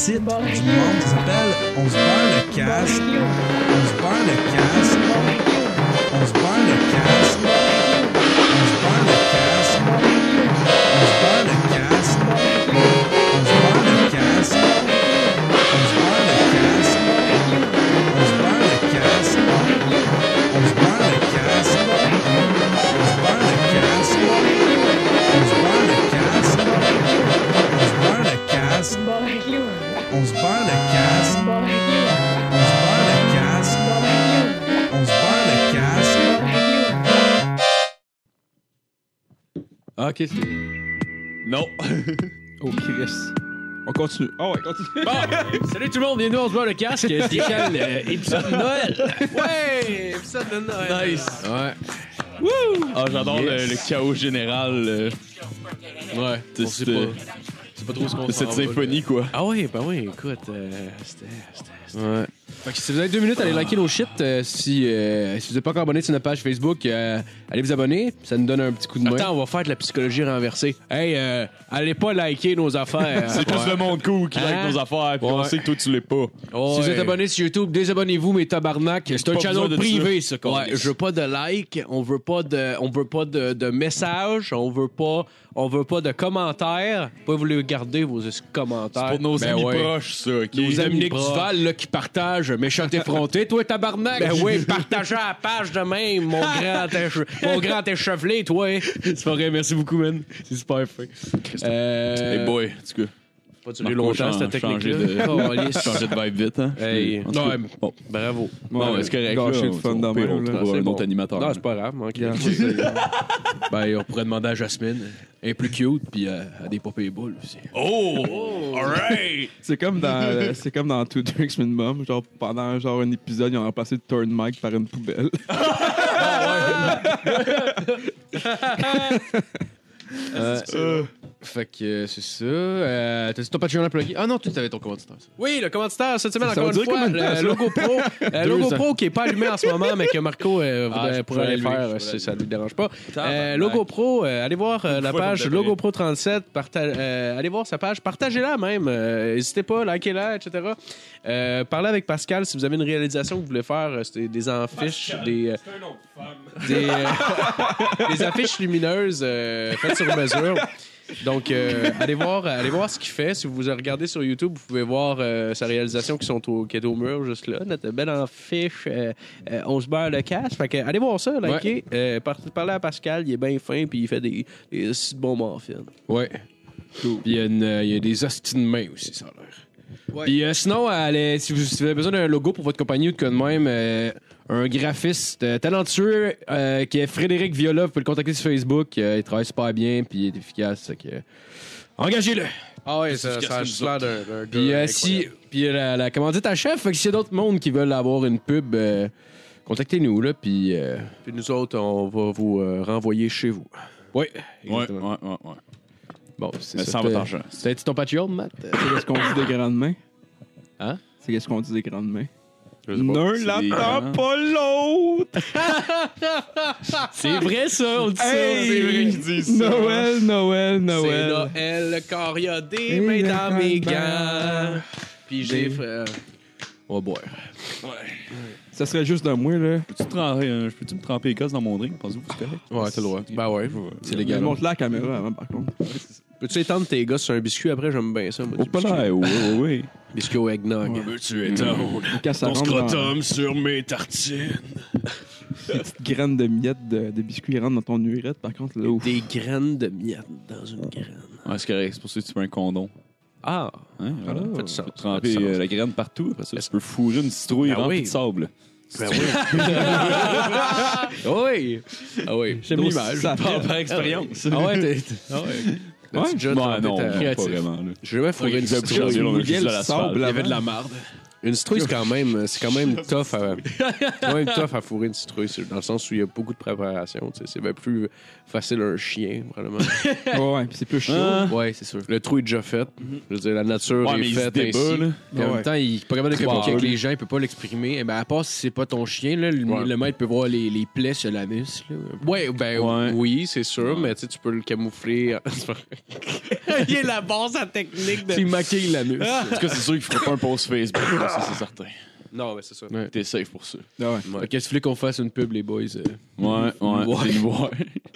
site du monde. Ça s'appelle On se barre le casque. On se barre le casque. On se barre le casque. On se barre le casque. On se barre le casque. On se barre le casque. On se barre le casque. On se barre le casque. On se barre le casque. On se barre le casque. On se barre le casque. On se barre le casque. On se barre le casque. On se barre le casque. Ah, ok, c'est... Non. Oh, Chris. On continue. Ah ouais, continue. Bon, salut tout le monde, bienvenue, on se voit le casque. Spécial épisode de Noël. Ouais, épisode de Noël. Nice. Ouais. Wouh! Ah, j'adore le chaos général. Ouais, de on sait pas. C'est pas trop ce qu'on cette s'en va, symphonie, là. quoi. Ah oui, ben oui, écoute, c'était... Ouais. Fait que si vous avez 2 minutes, allez liker nos shit. Si vous n'êtes pas encore abonné sur notre page Facebook, allez vous abonner. Ça nous donne un petit coup de main. Attends, on va faire de la psychologie renversée. Hey, allez pas liker nos affaires. C'est juste le monde cool qui like nos affaires, puis on sait que toi, tu l'es pas. Si vous êtes abonné sur YouTube, désabonnez-vous, mes tabarnak. C'est un pas channel besoin de privé, ça. Ouais, je veux pas de like, on veut pas de messages, on veut pas de commentaires. Pas vous les garder vos commentaires. Pour nos Ben amis ouais. proches, ça. ok? Nos Dominique proches. Duval là, qui partagent méchant effronté. Toi, tabarnak. Ben oui, partagez la page de même, mon grand échevelé, toi. C'est pas vrai, merci beaucoup, man. C'est super fin. Hey boy, en tout cas. Pas duré longtemps, cette technique-là. Changer de vibe vite, hein? Hey. En tout cas, Non, bon. Bravo. Bon, c'est correct. gâcher là, le fun on dans peut- ma on là. trouvera C'est un bon. autre animateur. Non, c'est pas grave, manque. Ben, on pourrait demander à Jasmine. Elle est plus cute, puis elle a des popées boules aussi. Oh! Alright! C'est comme dans Two Drinks Minimum, genre pendant un épisode, ils ont remplacé le turn mic par une poubelle. Fait que c'est ça. T'as-tu ton Patreon à plugger? Ah non, tu avais ton commanditaire. Ça. Oui, le commanditaire cette semaine, Ça encore veut une dire fois, combien de temps, ça? le Logo Pro. Logo ans. Pro qui est pas allumé en ce moment, mais que Marco je pourrait aller pourrais faire allumer, si ça lui dérange pas. Tabarnak. Logo Pro, allez voir la fois, page je me devrais. Logo Pro 37. Allez voir sa page, partagez-la même. N'hésitez pas, likez-la, etc. Parlez avec Pascal si vous avez une réalisation que vous voulez faire. C'était des affiches, des affiches lumineuses faites sur mesure. Donc, allez voir ce qu'il fait. Si vous regardez sur YouTube, vous pouvez voir sa réalisation qui est au mur juste là. Notre belle affiche, on se beurre le casse. Fait que, allez voir ça, likez. Parlez à Pascal, il est bien fin puis il fait des bons muffins. Ouais. Puis il y a des hosties de main aussi, ça a l'air. Ouais. Puis sinon, si vous avez besoin d'un logo pour votre compagnie ou de quoi de même, un graphiste talentueux qui est Frédéric Viola, vous pouvez le contacter sur Facebook. Il travaille super bien, puis il est efficace. Fait que, engagez-le! Ah ouais, ça a juste l'air d'un Puis gars puis la commandite à chef, fait que s'il y a d'autres mondes qui veulent avoir une pub, contactez-nous, là, puis... Puis nous autres, on va vous renvoyer chez vous. Oui, Ouais, exactement. ouais. Bon, c'est Mais ça. sans votre argent. C'était ton Patreon, Matt? C'est qu'est-ce qu'on dit des grandes mains? Hein? C'est qu'est-ce qu'on dit des grandes mains? Je sais pas. Ne C'est l'attends des grands. pas l'autre! C'est vrai, ça, on dit Hey! C'est vrai qu'ils disent ça. Noël! C'est Noël, le corps, il y a des mains dans mes gants. Puis j'ai fait... On va boire. Ça serait juste d'un mois, là. Peux-tu me tremper les gosses dans mon drink? Pensez-vous que c'est correct? Ouais, t'as le droit. Ben ouais. C'est légal. Montre-la à la caméra avant, par contre. Peux-tu étendre tes gosses sur un biscuit après? J'aime bien ça, moi. Oh, du pas biscuit. là, oui. Biscuit au eggnog. Veux-tu étendre Quand ça ton rentre dans scrotum sur mes tartines? des petites graines de miettes de biscuits qui rentrent dans ton urette, par contre, là, ouf. Des graines de miettes dans une graine. Ouais, c'est correct. C'est pour ça que tu mets un condom. Ah! Hein, voilà. fait du sens. Tu peux tremper Fait du sens. la graine partout. Après ça, tu peux fourrer une citrouille Ben remplie oui. de sable. Ben oui! Oui! Ah oui! J'aime l'image. Ça fait. Par expérience. Ah ouais, ah ouais. L'as-tu déjà Bon, trempé non, ta- pas vraiment. Là. J'ai jamais fourré une Ils avaient citrouille. pris on a mouillait juste le de l'asphalte. sable, Il y là. avait de la marde. Une citrouille, c'est quand même tough à fourrer une citrouille, dans le sens où il y a beaucoup de préparation. Tu sais, c'est bien plus facile un chien, probablement. Ouais, puis c'est plus chaud. Ouais, c'est sûr. Le trou est déjà fait. Je veux dire, la nature Ouais, est mais il se faite débat, ainsi. là. Puis en Ouais. même temps, il est pas capable de Très communiquer bon. avec les gens, il peut pas l'exprimer. Eh ben, à part si c'est pas ton chien, là, le maître peut voir les plaies sur l'anus. Là. Ouais, ben Ouais. oui, c'est sûr, mais tu sais, tu peux le camoufler. Il est la base à technique de... Tu maquilles l'anus. En tout cas, c'est sûr qu'il ne fera pas un post Facebook, ça, c'est certain. Non, mais c'est ça. Ouais. T'es safe pour ça. Ah ouais. Fait que si vous voulez qu'on fasse une pub, les boys. Ouais. C'est nouveau.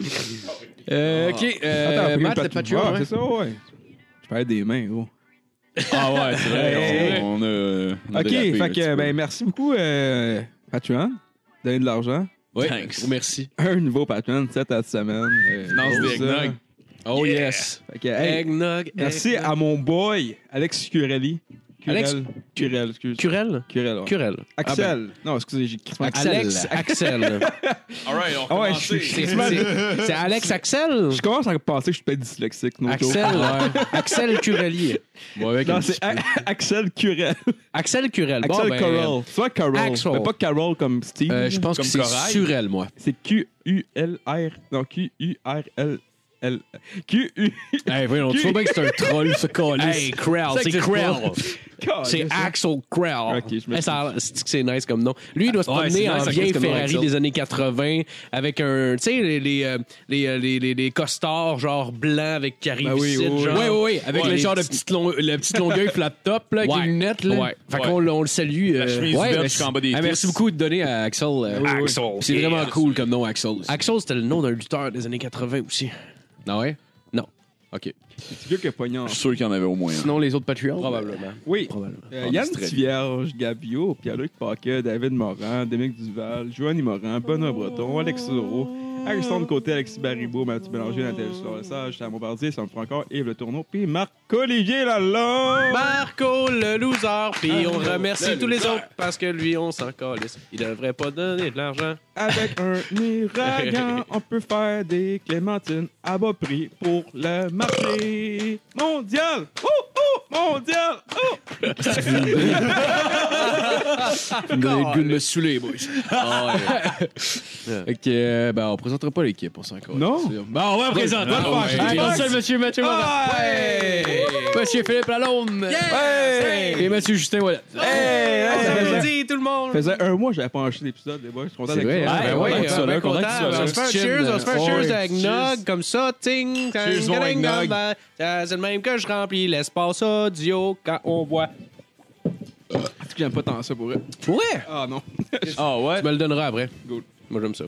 OK. Attends, Matt, le ouais, Patreon. c'est ça, ouais. Je parlais des mains, gros. Ah ouais, c'est vrai. Hey. On a OK, dérapé un fait petit que, peu. ben, merci beaucoup, Patreon. Donner de l'argent. Ouais. Thanks. Gros merci. Un nouveau Patreon, 7 à la semaine. Lance pour des ça. eggnog. Oh yes. Fait que, hey, Eggnog. merci à mon boy, Alex Curelli. Alex- Curel, excuse. Curel? Curel, ouais. Curel. Axel. Non, excusez, j'ai écrit Axel. Axel. Alright, on Ah ouais, recommence. C'est Alex Axel? Je commence à penser que je suis peut-être dyslexique. no joke. Axel. Axel Curelli. Bon, avec Non, un c'est petit peu. Axel Curel. Axel Curel. Axel Bon, ben, Carroll. Soit Carroll. Axel. Mais pas Carroll comme Steve. Je pense que Comme c'est corail. Surel, moi. C'est Q-U-L-R. Non, Q-U-R-L. Q-U. Hey, voyons, tu vois bien que c'est un troll, ce calice. Hey, Krell, Ça c'est existe Krell. Ah, C'est Axel Krell. Ok, je me Hey, c'est nice comme nom. Lui, il doit se Ouais, promener c'est nice, en ça vieille cause comme nom, Ferrari Axel. des années 80 avec un, tu sais, les costards genre blancs avec qui arrivent Ben oui, ici, oui, genre. Ouais, ouais, ouais. Avec Ouais, le les genre de petits- la petite longueuil flat top, là, avec Ouais. les lunettes, là. Ouais. Fait Ouais. qu'on le salue. La chemise ouais, verte mais jusqu'en bas des merci cuisses. beaucoup de donner à Axel. Axel. C'est vraiment cool comme nom, Axel. Axel, c'était le nom d'un lutteur des années 80 aussi. Ah ouais? Non. OK. C'est vieux que pognon. Je suis sûr qu'il y en avait au moins. Sinon, les autres Patreons? Probablement. Oui. Probablement. Yann c'est très Tivierge, Gabio, Pierre-Luc Paquet, David Morin, Dominique Duval, Joanny Morin, Benoît Breton, Alex Zoro, Alexandre Côté, Alexis Baribeau, Mathieu Bélanger, Nathalie Soulard-Lesage, Sam Bombardier, Sam Francoeur, Yves Le Tourneau, puis Marc-Olivier Lalonde. Marco le loser, puis on remercie tous les autres parce que lui, on s'en calisse. Il devrait pas donner de l'argent. Avec un ouragan, on peut faire des clémentines à bas prix pour le marché mondial. Mondial! Vous me donnez le goût de me saouler, boys. Fait que, ben, on présentera pas l'équipe, on s'en encore. Non? Ben, on va présenter. Seul monsieur Mathieu Morin. Monsieur Philippe Lalonde. Et monsieur Justin Wallet. Applaudis tout le monde! Ça faisait un mois que j'avais pas enregistré l'épisode, les boys. Je suis content C'est d'être vrai, là. hein? Ben ouais, ouais, content bien content content. que tu sois là. On se fait un Chill, cheers, on se fait un cheers ouais. avec Nog, comme ça, ting, Cheers, mon eggnog. C'est le même que je remplis l'espace audio quand on boit. Est-ce que j'aime pas tant ça pour eux? Ouais! Ah non. Ah ouais? Tu me le donneras après. Good. Moi, j'aime ça.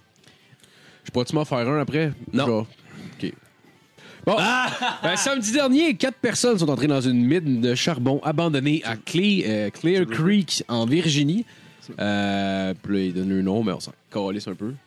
Je pourrais-tu m'en faire un après? Non. Genre. OK. Bon, ben, samedi dernier, 4 personnes sont entrées dans une mine de charbon abandonnée à Clear Creek, en Virginie. Puis là, ils donnent le nom, mais on s'en calisse un peu.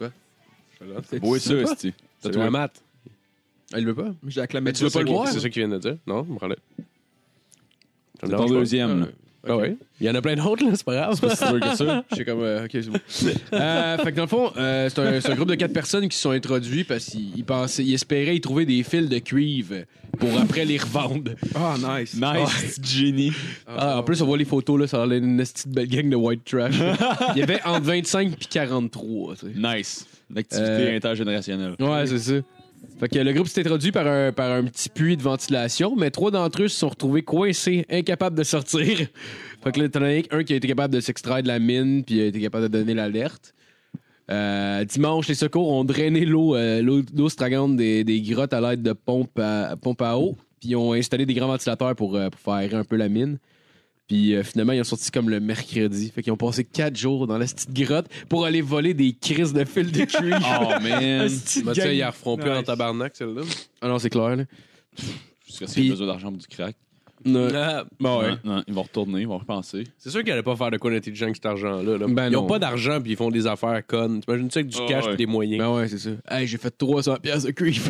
Oui, ça, c'est. T'as trouvé un mat? Elle le veut pas? J'ai acclamé. tu veux pas le voir? C'est ça qu'il vient de dire? Non, me prends-le. C'est ton deuxième, là. Ah ouais? Il y en a plein d'autres, là, c'est pas grave. C'est sûr que ça. J'ai comme. OK, c'est bon. Fait que dans le fond, c'est un groupe de 4 personnes qui se sont introduits parce qu'ils espéraient y trouver des fils de cuivre pour après les revendre. Ah, nice. Nice, Jenny. En plus, on voit les photos, là, ça a l'air d'une petite belle gang de white trash. Il y avait entre 25 et 43. Tu sais. Nice. L'activité intergénérationnelle. Ouais, c'est ça. Fait que le groupe s'est introduit par un petit puits de ventilation, mais 3 d'entre eux se sont retrouvés coincés, incapables de sortir. Fait que là, t'en as un qui a été capable de s'extraire de la mine puis a été capable de donner l'alerte. Dimanche, les secours ont drainé l'eau stagnante des grottes à l'aide de pompes à eau, puis ils ont installé des grands ventilateurs pour faire aérer un peu la mine. Puis finalement, ils ont sorti comme le mercredi. Fait qu'ils ont passé 4 jours dans la petite grotte pour aller voler des crises de fil de cuivre. Oh, man. Bah, tu sais, ils en referont plus en tabarnak, celle-là. Ah non, c'est clair, là. Jusqu'à ce Puis- qu'ils aient besoin d'argent pour du crack. Non. Bon, ouais. Non, ils vont retourner, ils vont repenser. C'est sûr qu'ils allaient pas faire de quoi d'intelligent avec cet argent-là. Là. Ben ils ont non. pas d'argent puis ils font des affaires connes. T'imagines ça avec du Ah cash ouais. et des moyens? Ben ouais, c'est ça. Hey, j'ai fait 300 piastres de cuivre.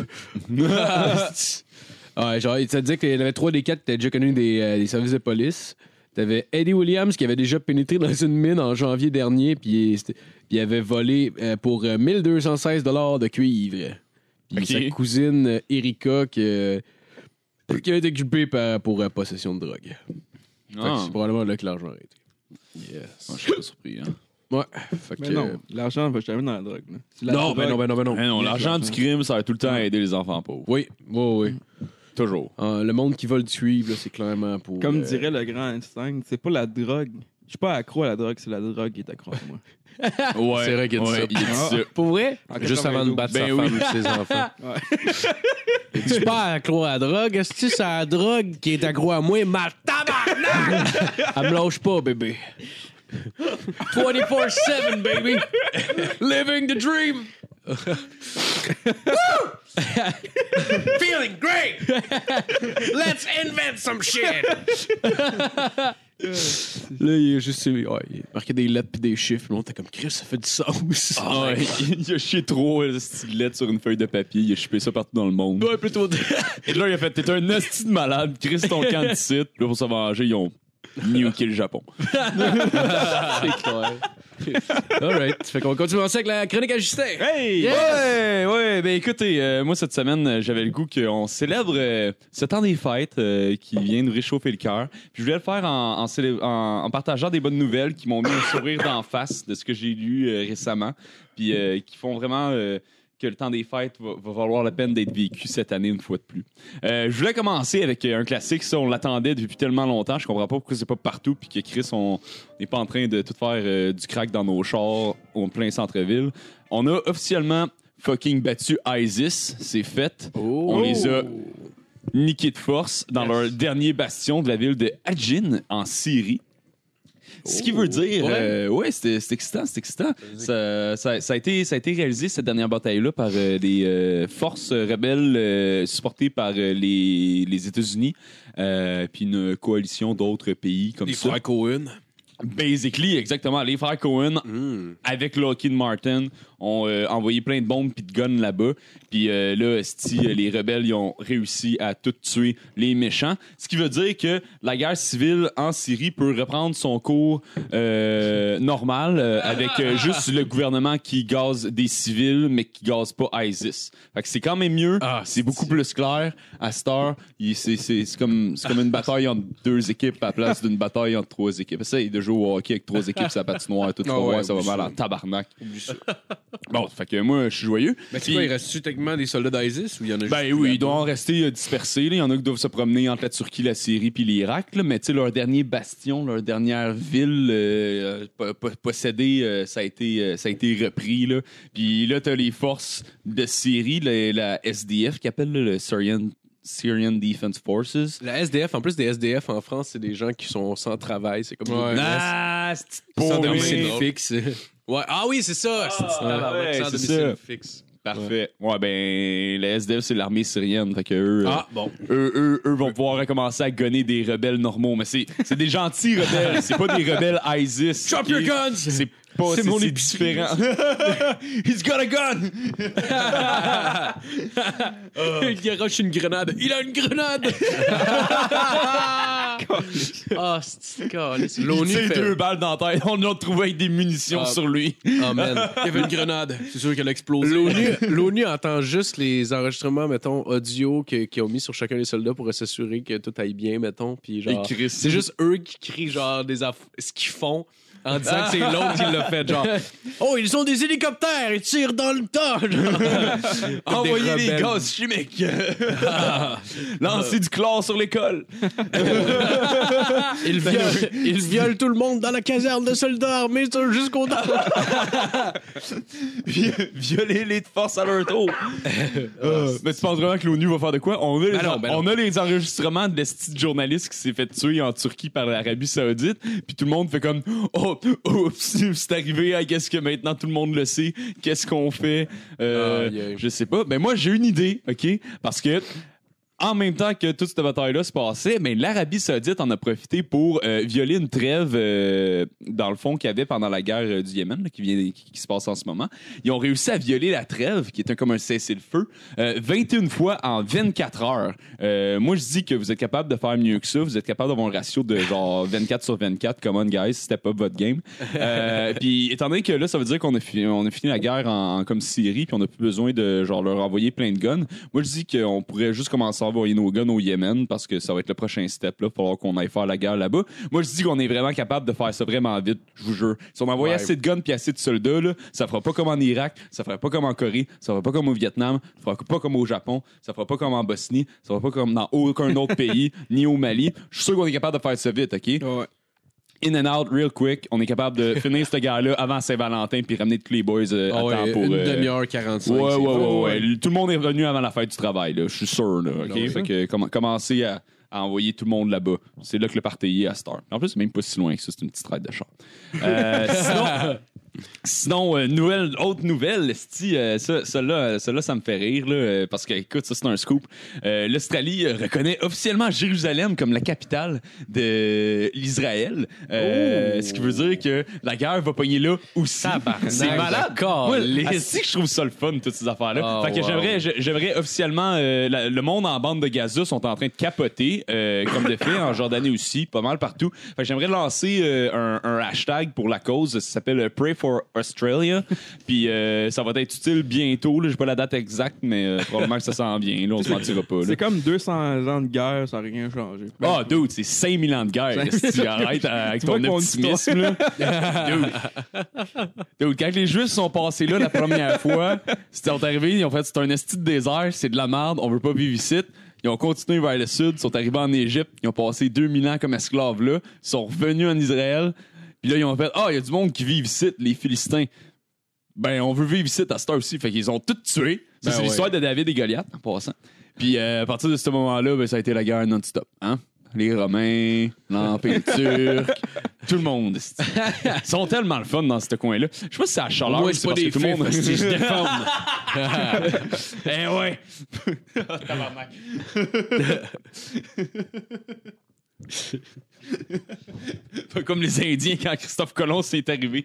Ouais, genre, ça disait qu'il y en avait 3 des 4 qui étaient déjà connus des services de police. T'avais Eddie Williams qui avait déjà pénétré dans une mine en janvier dernier, puis il avait volé pour 1216 $ de cuivre. Puis Ok. sa cousine Erika qui a été occupée pour possession de drogue. Fait que Ah. c'est probablement là que l'argent a été. Ah, je suis pas surpris. Hein. Ouais. Fait Mais que, non, l'argent va jamais dans la drogue. là. C'est la non, drogue. ben non, ben non, ben non. Eh non, l'argent du crime, ça va tout le temps aider les enfants pauvres. Oui, oui, oui. Toujours. Le monde qui vole du cuivre, là, c'est clairement pour... Comme dirait le grand Einstein, c'est pas la drogue Je suis pas accro à la drogue, c'est la drogue qui est accro à moi. Ouais. C'est vrai qu'il a dit ça. il a dit ça. Pour vrai? En Juste avant de battre sa Ben femme ou ses enfants. Ouais. Tu pas accro à la drogue? Est-ce que c'est la drogue qui est accro à moi? Ma tabarnak! Elle me lâche pas, bébé. 24/7, baby. Living the dream. Feeling great! Let's invent some shit! Là, il a juste il a marqué des lettres puis des chiffres. Là, on était comme Chris, ça fait du sens. Ah ouais, il a chié trop de stylettes sur une feuille de papier. Il a chipé ça partout dans le monde. Ouais, plutôt. Et là, il a fait t'es un hostie de malade. Chris ton camp de site. Puis là, pour se venger, ils ont nuké le Japon. C'est clair. Alright. Fait qu'on va continuer avec la chronique à Justin. Hey! Ouais, ben écoutez, moi cette semaine, j'avais le goût qu'on célèbre ce temps des fêtes qui vient nous réchauffer le cœur. Puis je voulais le faire en partageant des bonnes nouvelles qui m'ont mis un sourire d'en face de ce que j'ai lu récemment. Puis qui font vraiment que le temps des fêtes va valoir la peine d'être vécu cette année une fois de plus. Je voulais commencer avec un classique, ça on l'attendait depuis tellement longtemps, je comprends pas pourquoi c'est pas partout puis que Chris on n'est pas en train de tout faire du crack dans nos chars au plein centre-ville. On a officiellement fucking battu ISIS, c'est fait. On les a niqués de force dans leur dernier bastion de la ville de Hadjin en Syrie. Ce qui veut dire, c'est excitant. Ça a été réalisé, cette dernière bataille-là, par des forces rebelles supportées par les États-Unis, puis une coalition d'autres pays comme ça. Les frères Cohen. Basically, exactement. Les frères Cohen, avec Lockheed Martin, ont envoyé plein de bombes puis de guns là-bas. Puis là, les rebelles ils ont réussi à tout tuer les méchants. Ce qui veut dire que la guerre civile en Syrie peut reprendre son cours normal avec juste le gouvernement qui gaze des civils, mais qui gaze pas ISIS. Fait que c'est quand même mieux. C'est beaucoup plus clair. À cette heure, c'est comme une bataille entre deux équipes à la place d'une bataille entre trois équipes. Essaye de jouer au hockey avec trois équipes, ça patinoire, tout ça va mal en tabarnak. Bon, fait que moi, je suis joyeux. Mais c'est quoi, il reste-tu techniquement des soldats d'ISIS ou il y en a juste Ben oui, ils doivent en rester dispersés. Il y en a qui doivent se promener entre la Turquie, la Syrie puis l'Irak. Mais tu sais, leur dernier bastion, leur dernière ville possédée, ça a été repris. Là. Puis là, t'as les forces de Syrie, la SDF, qui appelle le Syrian Defense Forces. La SDF, en plus des SDF en France, c'est des gens qui sont sans travail. C'est comme Sans domicile fixe. Ouais. Ah oui, c'est ça. ouais, Sans c'est domicile ça. fixe. Parfait. Ouais, ben, les SDF, c'est l'armée syrienne. Fait que eux vont pouvoir recommencer à gonner des rebelles normaux. Mais c'est des gentils rebelles. C'est pas des rebelles ISIS. Drop your guns! C'est mon différent. He's got a gun! Il garoche une grenade. Il a une grenade! C'est calice. L'ONU L'ONU fait fait 2 balles dans la tête. On l'a trouvé avec des munitions sur lui. Oh man. Il y avait une grenade. C'est sûr qu'elle a explosé. L'ONU entend juste les enregistrements, mettons, audio qu'ils ont mis sur chacun des soldats pour s'assurer que tout aille bien, mettons. Puis genre, c'est juste eux qui crient genre ce qu'ils font en disant que c'est l'autre qui l'a fait. Genre, oh, ils ont des hélicoptères, ils tirent dans le tas. Envoyez des gaz chimiques. Lancez du chlore sur l'école. Ils violent tout le monde dans la caserne de soldats armés jusqu'au dos. Violer les de force à leur tour. Mais tu penses vraiment que l'ONU va faire de quoi? On a les enregistrements de l'esti de journaliste qui s'est fait tuer en Turquie par l'Arabie Saoudite, puis tout le monde fait comme c'est arrivé, qu'est-ce que maintenant tout le monde le sait, qu'est-ce qu'on fait? Je sais pas. Mais moi, j'ai une idée, OK? Parce que en même temps que toute cette bataille-là se passait, mais l'Arabie Saoudite en a profité pour violer une trêve, dans le fond, qu'il y avait pendant la guerre du Yémen, là, qui se passe en ce moment. Ils ont réussi à violer la trêve, qui est comme un cessez-le-feu, 21 fois en 24 heures. Moi, je dis que vous êtes capable de faire mieux que ça. Vous êtes capable d'avoir un ratio de genre 24 sur 24. Come on, guys, step up votre game. Puis, étant donné que là, ça veut dire qu'on a fini la guerre en comme Syrie, puis on n'a plus besoin de genre leur envoyer plein de guns. Moi, je dis qu'on pourrait juste commencer à envoyer nos guns au Yémen parce que ça va être le prochain step. Il va falloir qu'on aille faire la guerre là-bas. Moi, je dis qu'on est vraiment capable de faire ça vraiment vite, je vous jure. Si on envoie assez de guns puis assez de soldats, là, ça fera pas comme en Irak, ça fera pas comme en Corée, ça fera pas comme au Vietnam, ça fera pas comme au Japon, ça fera pas comme en Bosnie, ça fera pas comme dans aucun autre pays, ni au Mali. Je suis sûr qu'on est capable de faire ça vite, OK? Ouais. in and out, real quick. On est capable de finir cette guerre-là avant Saint-Valentin puis ramener tous les boys à temps pour... Une demi-heure, 45. Ouais. Tout le monde est revenu avant la fête du travail, là. Je suis sûr, là. OK? Ouais. Fait que commencer à envoyer tout le monde là-bas. C'est là que le party est à Star. En plus, c'est même pas si loin que ça. C'est une petite ride de char. Sinon, autre nouvelle, celle-là, ça me fait rire, là, parce que, écoute, ça, c'est un scoop. L'Australie reconnaît officiellement Jérusalem comme la capitale de l'Israël. Ce qui veut dire que la guerre va pogner là aussi. C'est malade. Moi, c'est que je trouve ça le fun, toutes ces affaires-là. Fait que j'aimerais officiellement... le monde en bande de Gaza sont en train de capoter, comme de fait, en Jordanie aussi, pas mal partout. Fait que j'aimerais lancer un hashtag pour la cause. Ça s'appelle Pray for Australia. Puis ça va être utile bientôt. J'ai pas la date exacte, mais probablement que ça s'en vient. Là, on se mentira pas. Là. C'est comme 200 ans de guerre, ça n'a rien changé. Ah, dude, c'est 5000 ans de guerre. Si tu arrêtes avec ton optimisme. Là. Dude, quand les Juifs sont passés là la première fois, ils sont arrivés, ils ont fait c'est un esti de désert, c'est de la merde, on veut pas vivre ici. Ils ont continué vers le sud, sont arrivés en Égypte, ils ont passé 2000 ans comme esclaves là, ils sont revenus en Israël. Puis là, ils ont fait il y a du monde qui vit ici, les Philistins. Ben, on veut vivre ici à cette heure aussi. Fait qu'ils ont tout tué. Ça, c'est l'histoire de David et Goliath, en passant. Puis à partir de ce moment-là, ben, ça a été la guerre non-stop. Hein? Les Romains, l'Empire turc, tout le monde. Ils sont tellement le fun dans ce coin-là. Je sais pas si c'est à chaleur. Moi, c'est pas des tout le monde se défendent. ouais. Tabarnak. Pas comme les Indiens quand Christophe Colomb s'est arrivé.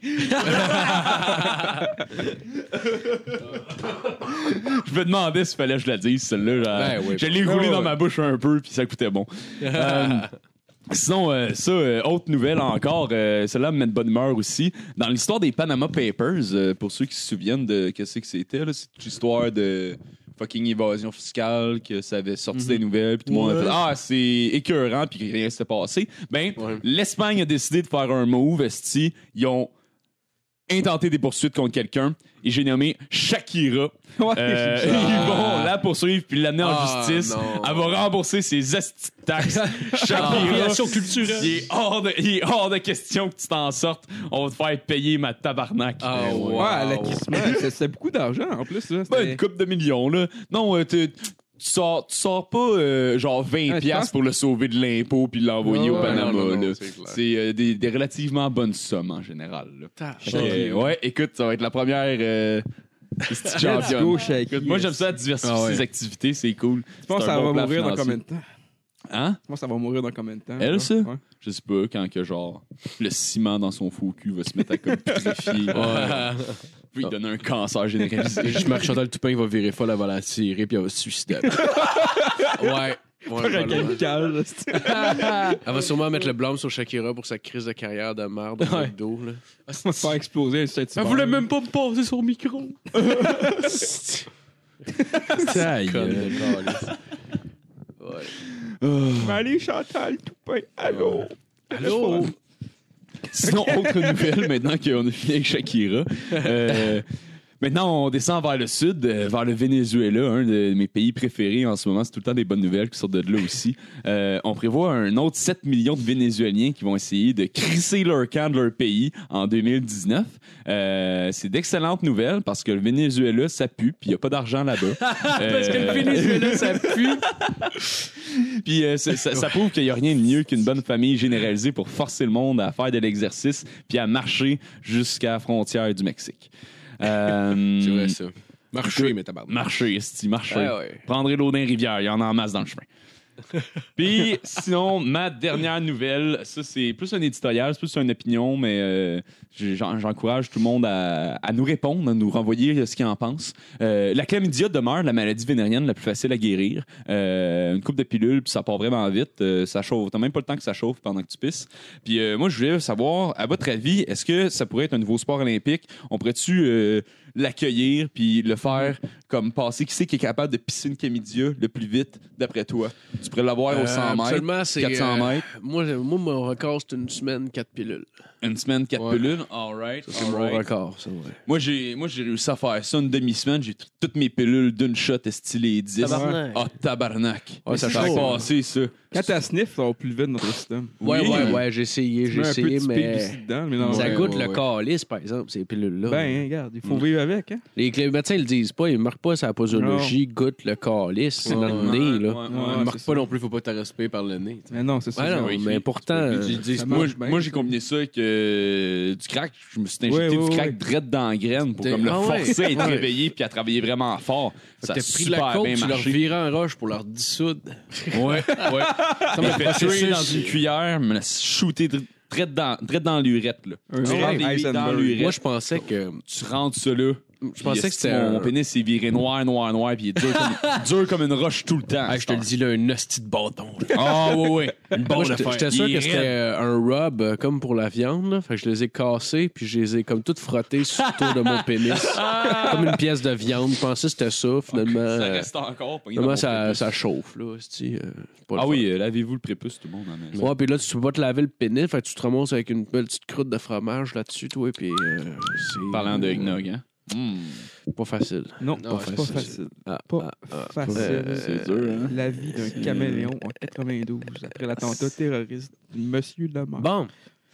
Je me demandais s'il fallait que je la dise, celle-là. Je l'ai roulé dans ma bouche un peu, puis ça coûtait bon. Sinon, autre nouvelle encore, celle-là me met de bonne humeur aussi. Dans l'histoire des Panama Papers, pour ceux qui se souviennent de qu'est-ce que c'était, là, c'est toute l'histoire de fucking évasion fiscale, que ça avait sorti des nouvelles, puis tout le monde a fait c'est écœurant, puis rien s'est passé. L'Espagne a décidé de faire un move, esti. Ils ont intenté des poursuites contre quelqu'un, et j'ai nommé Shakira. Ils vont la poursuivre puis l'amener en justice. Non. Elle va rembourser ses esti de taxes. Shakira, culturelle. Il est hors de question que tu t'en sortes. On va te faire payer ma tabarnak. L'acquittement, c'est beaucoup d'argent en plus. Là, une couple de millions. Là. Non, tu sors pas genre 20$ pour le sauver de l'impôt puis l'envoyer au Panama. Non, c'est des relativement bonnes sommes en général. Là. Écoute, ça va être la première... Moi, j'aime ça diversifier ses activités, c'est cool. Tu penses que ça va mourir dans combien de temps? Hein? Moi, ça va mourir dans combien de temps? Elle, ça? Ouais. Je sais pas, quand que genre le ciment dans son faux cul va se mettre à comme putréfier. Puis il donne un cancer généralisé. Juste Marie-Chantal Toupin, il va virer folle, elle va la tirer, puis elle va se suicider. Elle va sûrement mettre le blâme sur Shakira pour sa crise de carrière de merde au dos. Elle va se faire exploser. Elle voulait même pas me passer son micro. Ça y Allez, Chantal Toupin, allô? Sinon, autre nouvelle, maintenant qu'on a fini avec Shakira. Maintenant, on descend vers le sud, vers le Venezuela, un de mes pays préférés en ce moment. C'est tout le temps des bonnes nouvelles qui sortent de là aussi. On prévoit un autre 7 millions de Vénézuéliens qui vont essayer de crisser leur camp de leur pays en 2019. C'est d'excellentes nouvelles parce que le Venezuela, ça pue, puis il n'y a pas d'argent là-bas. Parce que le Venezuela, ça pue. Puis ça prouve qu'il n'y a rien de mieux qu'une bonne famille généralisée pour forcer le monde à faire de l'exercice puis à marcher jusqu'à la frontière du Mexique. C'est vrai, ça. Marcher, mais tabarnak. Marcher. Prendrez l'eau d'un rivière, il y en a en masse dans le chemin. Puis, sinon, ma dernière nouvelle, ça, c'est plus un éditorial, c'est plus une opinion, mais j'encourage tout le monde à nous répondre, à nous renvoyer ce qu'ils en pensent. La chlamydia demeure la maladie vénérienne la plus facile à guérir. Une coupe de pilules, puis ça part vraiment vite. Ça chauffe. T'as même pas le temps que ça chauffe pendant que tu pisses. Puis, moi, je voulais savoir, à votre avis, est-ce que ça pourrait être un nouveau sport olympique? On pourrait-tu l'accueillir puis le faire comme passer? Qui c'est qui est capable de pisser une chlamydia le plus vite, d'après toi? Tu pourrais l'avoir au 100 mètres, 400 mètres. Moi, mon record, c'est une semaine, 4 pilules. Une semaine, 4 pilules? All right. C'est mon record, ça, ouais. Moi, j'ai réussi à faire ça une demi-semaine. J'ai toutes mes pilules d'une shot stylé 10. Tabarnak. Tabarnak. Ouais, ça fait passer ça. Quand t'as sniff, ça va plus vite notre système. Ouais, j'ai essayé, Tu mets un peu de mais dedans, mais non. ça Ouais, goûte ouais, le ouais. calice, par exemple, ces pilules-là. Ben, regarde, il faut vivre avec, hein. Les médecins le disent pas, ils marquent pas sa posologie, goûte le calice Ouais, dans le nez, là. On marque pas non plus, faut pas te respirer par le nez. Mais non, c'est ça. Ouais, non, oui, mais pourtant... Puis ils disent, ça moi, marche bien, moi, j'ai ça. combiné ça avec du crack. Je me suis injecté Ouais, du crack ouais. direct dans la graine pour comme le Ah ouais. forcer à être Ouais. réveillé puis à travailler vraiment fort. Ça a T'as pris de la super coke, bien tu leur marché. virais en roche pour leur dissoudre. Ouais, ouais. Comme Il le fait processus. tuer dans une cuillère, me l'a shooté direct dans l'urette, là. Un Tu vrai rentres les billes dans Heisenberg. l'urette, Moi, je pensais que... tu rentres ça là. Je pensais que c'était Mon un- pénis s'est viré noir, puis il est dur comme une roche tout le temps. Ah, je te le dis, là, un hostie de bâton. Ah, ouais, ouais. Une Moi, barre de fer. j'étais sûr Il que est c'était un rub comme pour la viande. Là. Fait que je les ai cassés puis je les ai comme toutes frottées sur le tour de mon pénis. Comme une pièce de viande. Je pensais que c'était ça. Finalement, Ça reste encore. pogné dans finalement mon ça, prépuce. ça chauffe. Là, pas le Ah fun. oui, lavez-vous le prépuce, tout le monde. En maison. Ouais, puis là, tu peux pas te laver le pénis. Fait que tu te ramasses avec une belle petite croûte de fromage là-dessus, toi. Puis c'est. Parlant de eggnog, hein? Pas facile. Non, Non, pas c'est facile. Facile. Ah, Pas facile. c'est dur, hein? La vie d'un caméléon en 92 après l'attentat terroriste du Monsieur Lamar. Bon.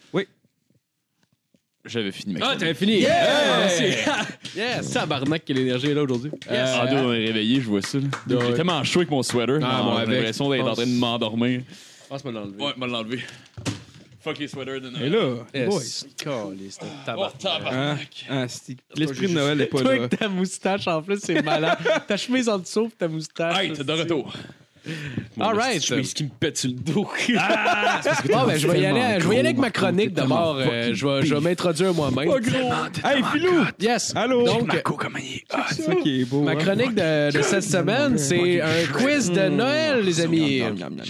J'avais fini ma Ah, chronique. t'avais fini. Yes! Tabarnak, quelle énergie est là aujourd'hui. Ah, on est réveillé, je vois ça. là. Ouais. J'ai tellement chaud avec mon sweater. Ah, bon, J'ai avec. l'impression d'être en train de m'endormir. Passe-moi l'enlever. Ouais, m'a l'enlever. Fuck les sweaters de Noël. Et là, boy, Yes. Caliste, Oh, tabarnak. tabarnak. l'esprit de Noël n'est pas Toi là. avec ta moustache, en plus, c'est malade. Ta chemise en dessous pis ta moustache. Hey, t'es de retour. All right. Je ce qui me pète sur le dos. Bon, ben, je vais y aller avec ma chronique d'abord. Je vais m'introduire moi-même. Hey, Philou! Yes. Allô? Donc, C'est ça qui est beau. ma hein? chronique de cette semaine, c'est un quiz de Noël, les amis.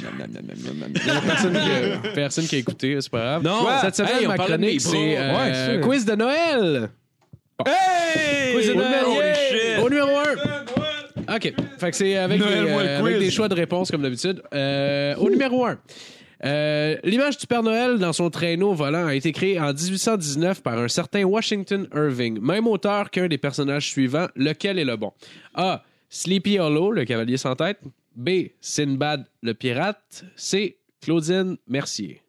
Personne qui a écouté, c'est pas grave. Non. Cette semaine, Hey, on ma parlait de chronique, mes c'est bras. Ouais, c'est quiz de Noël. Hey! Quiz de Noël. Holy yeah! shit. Au numéro 1. OK. Fait que c'est avec, Noël-moi le avec quiz. des choix de réponse, comme d'habitude. Au numéro 1. L'image du Père Noël dans son traîneau volant a été créée en 1819 par un certain Washington Irving, même auteur qu'un des personnages suivants. Lequel est le bon? A. Sleepy Hollow, le cavalier sans tête. B. Sinbad, le pirate. C. Claudine Mercier.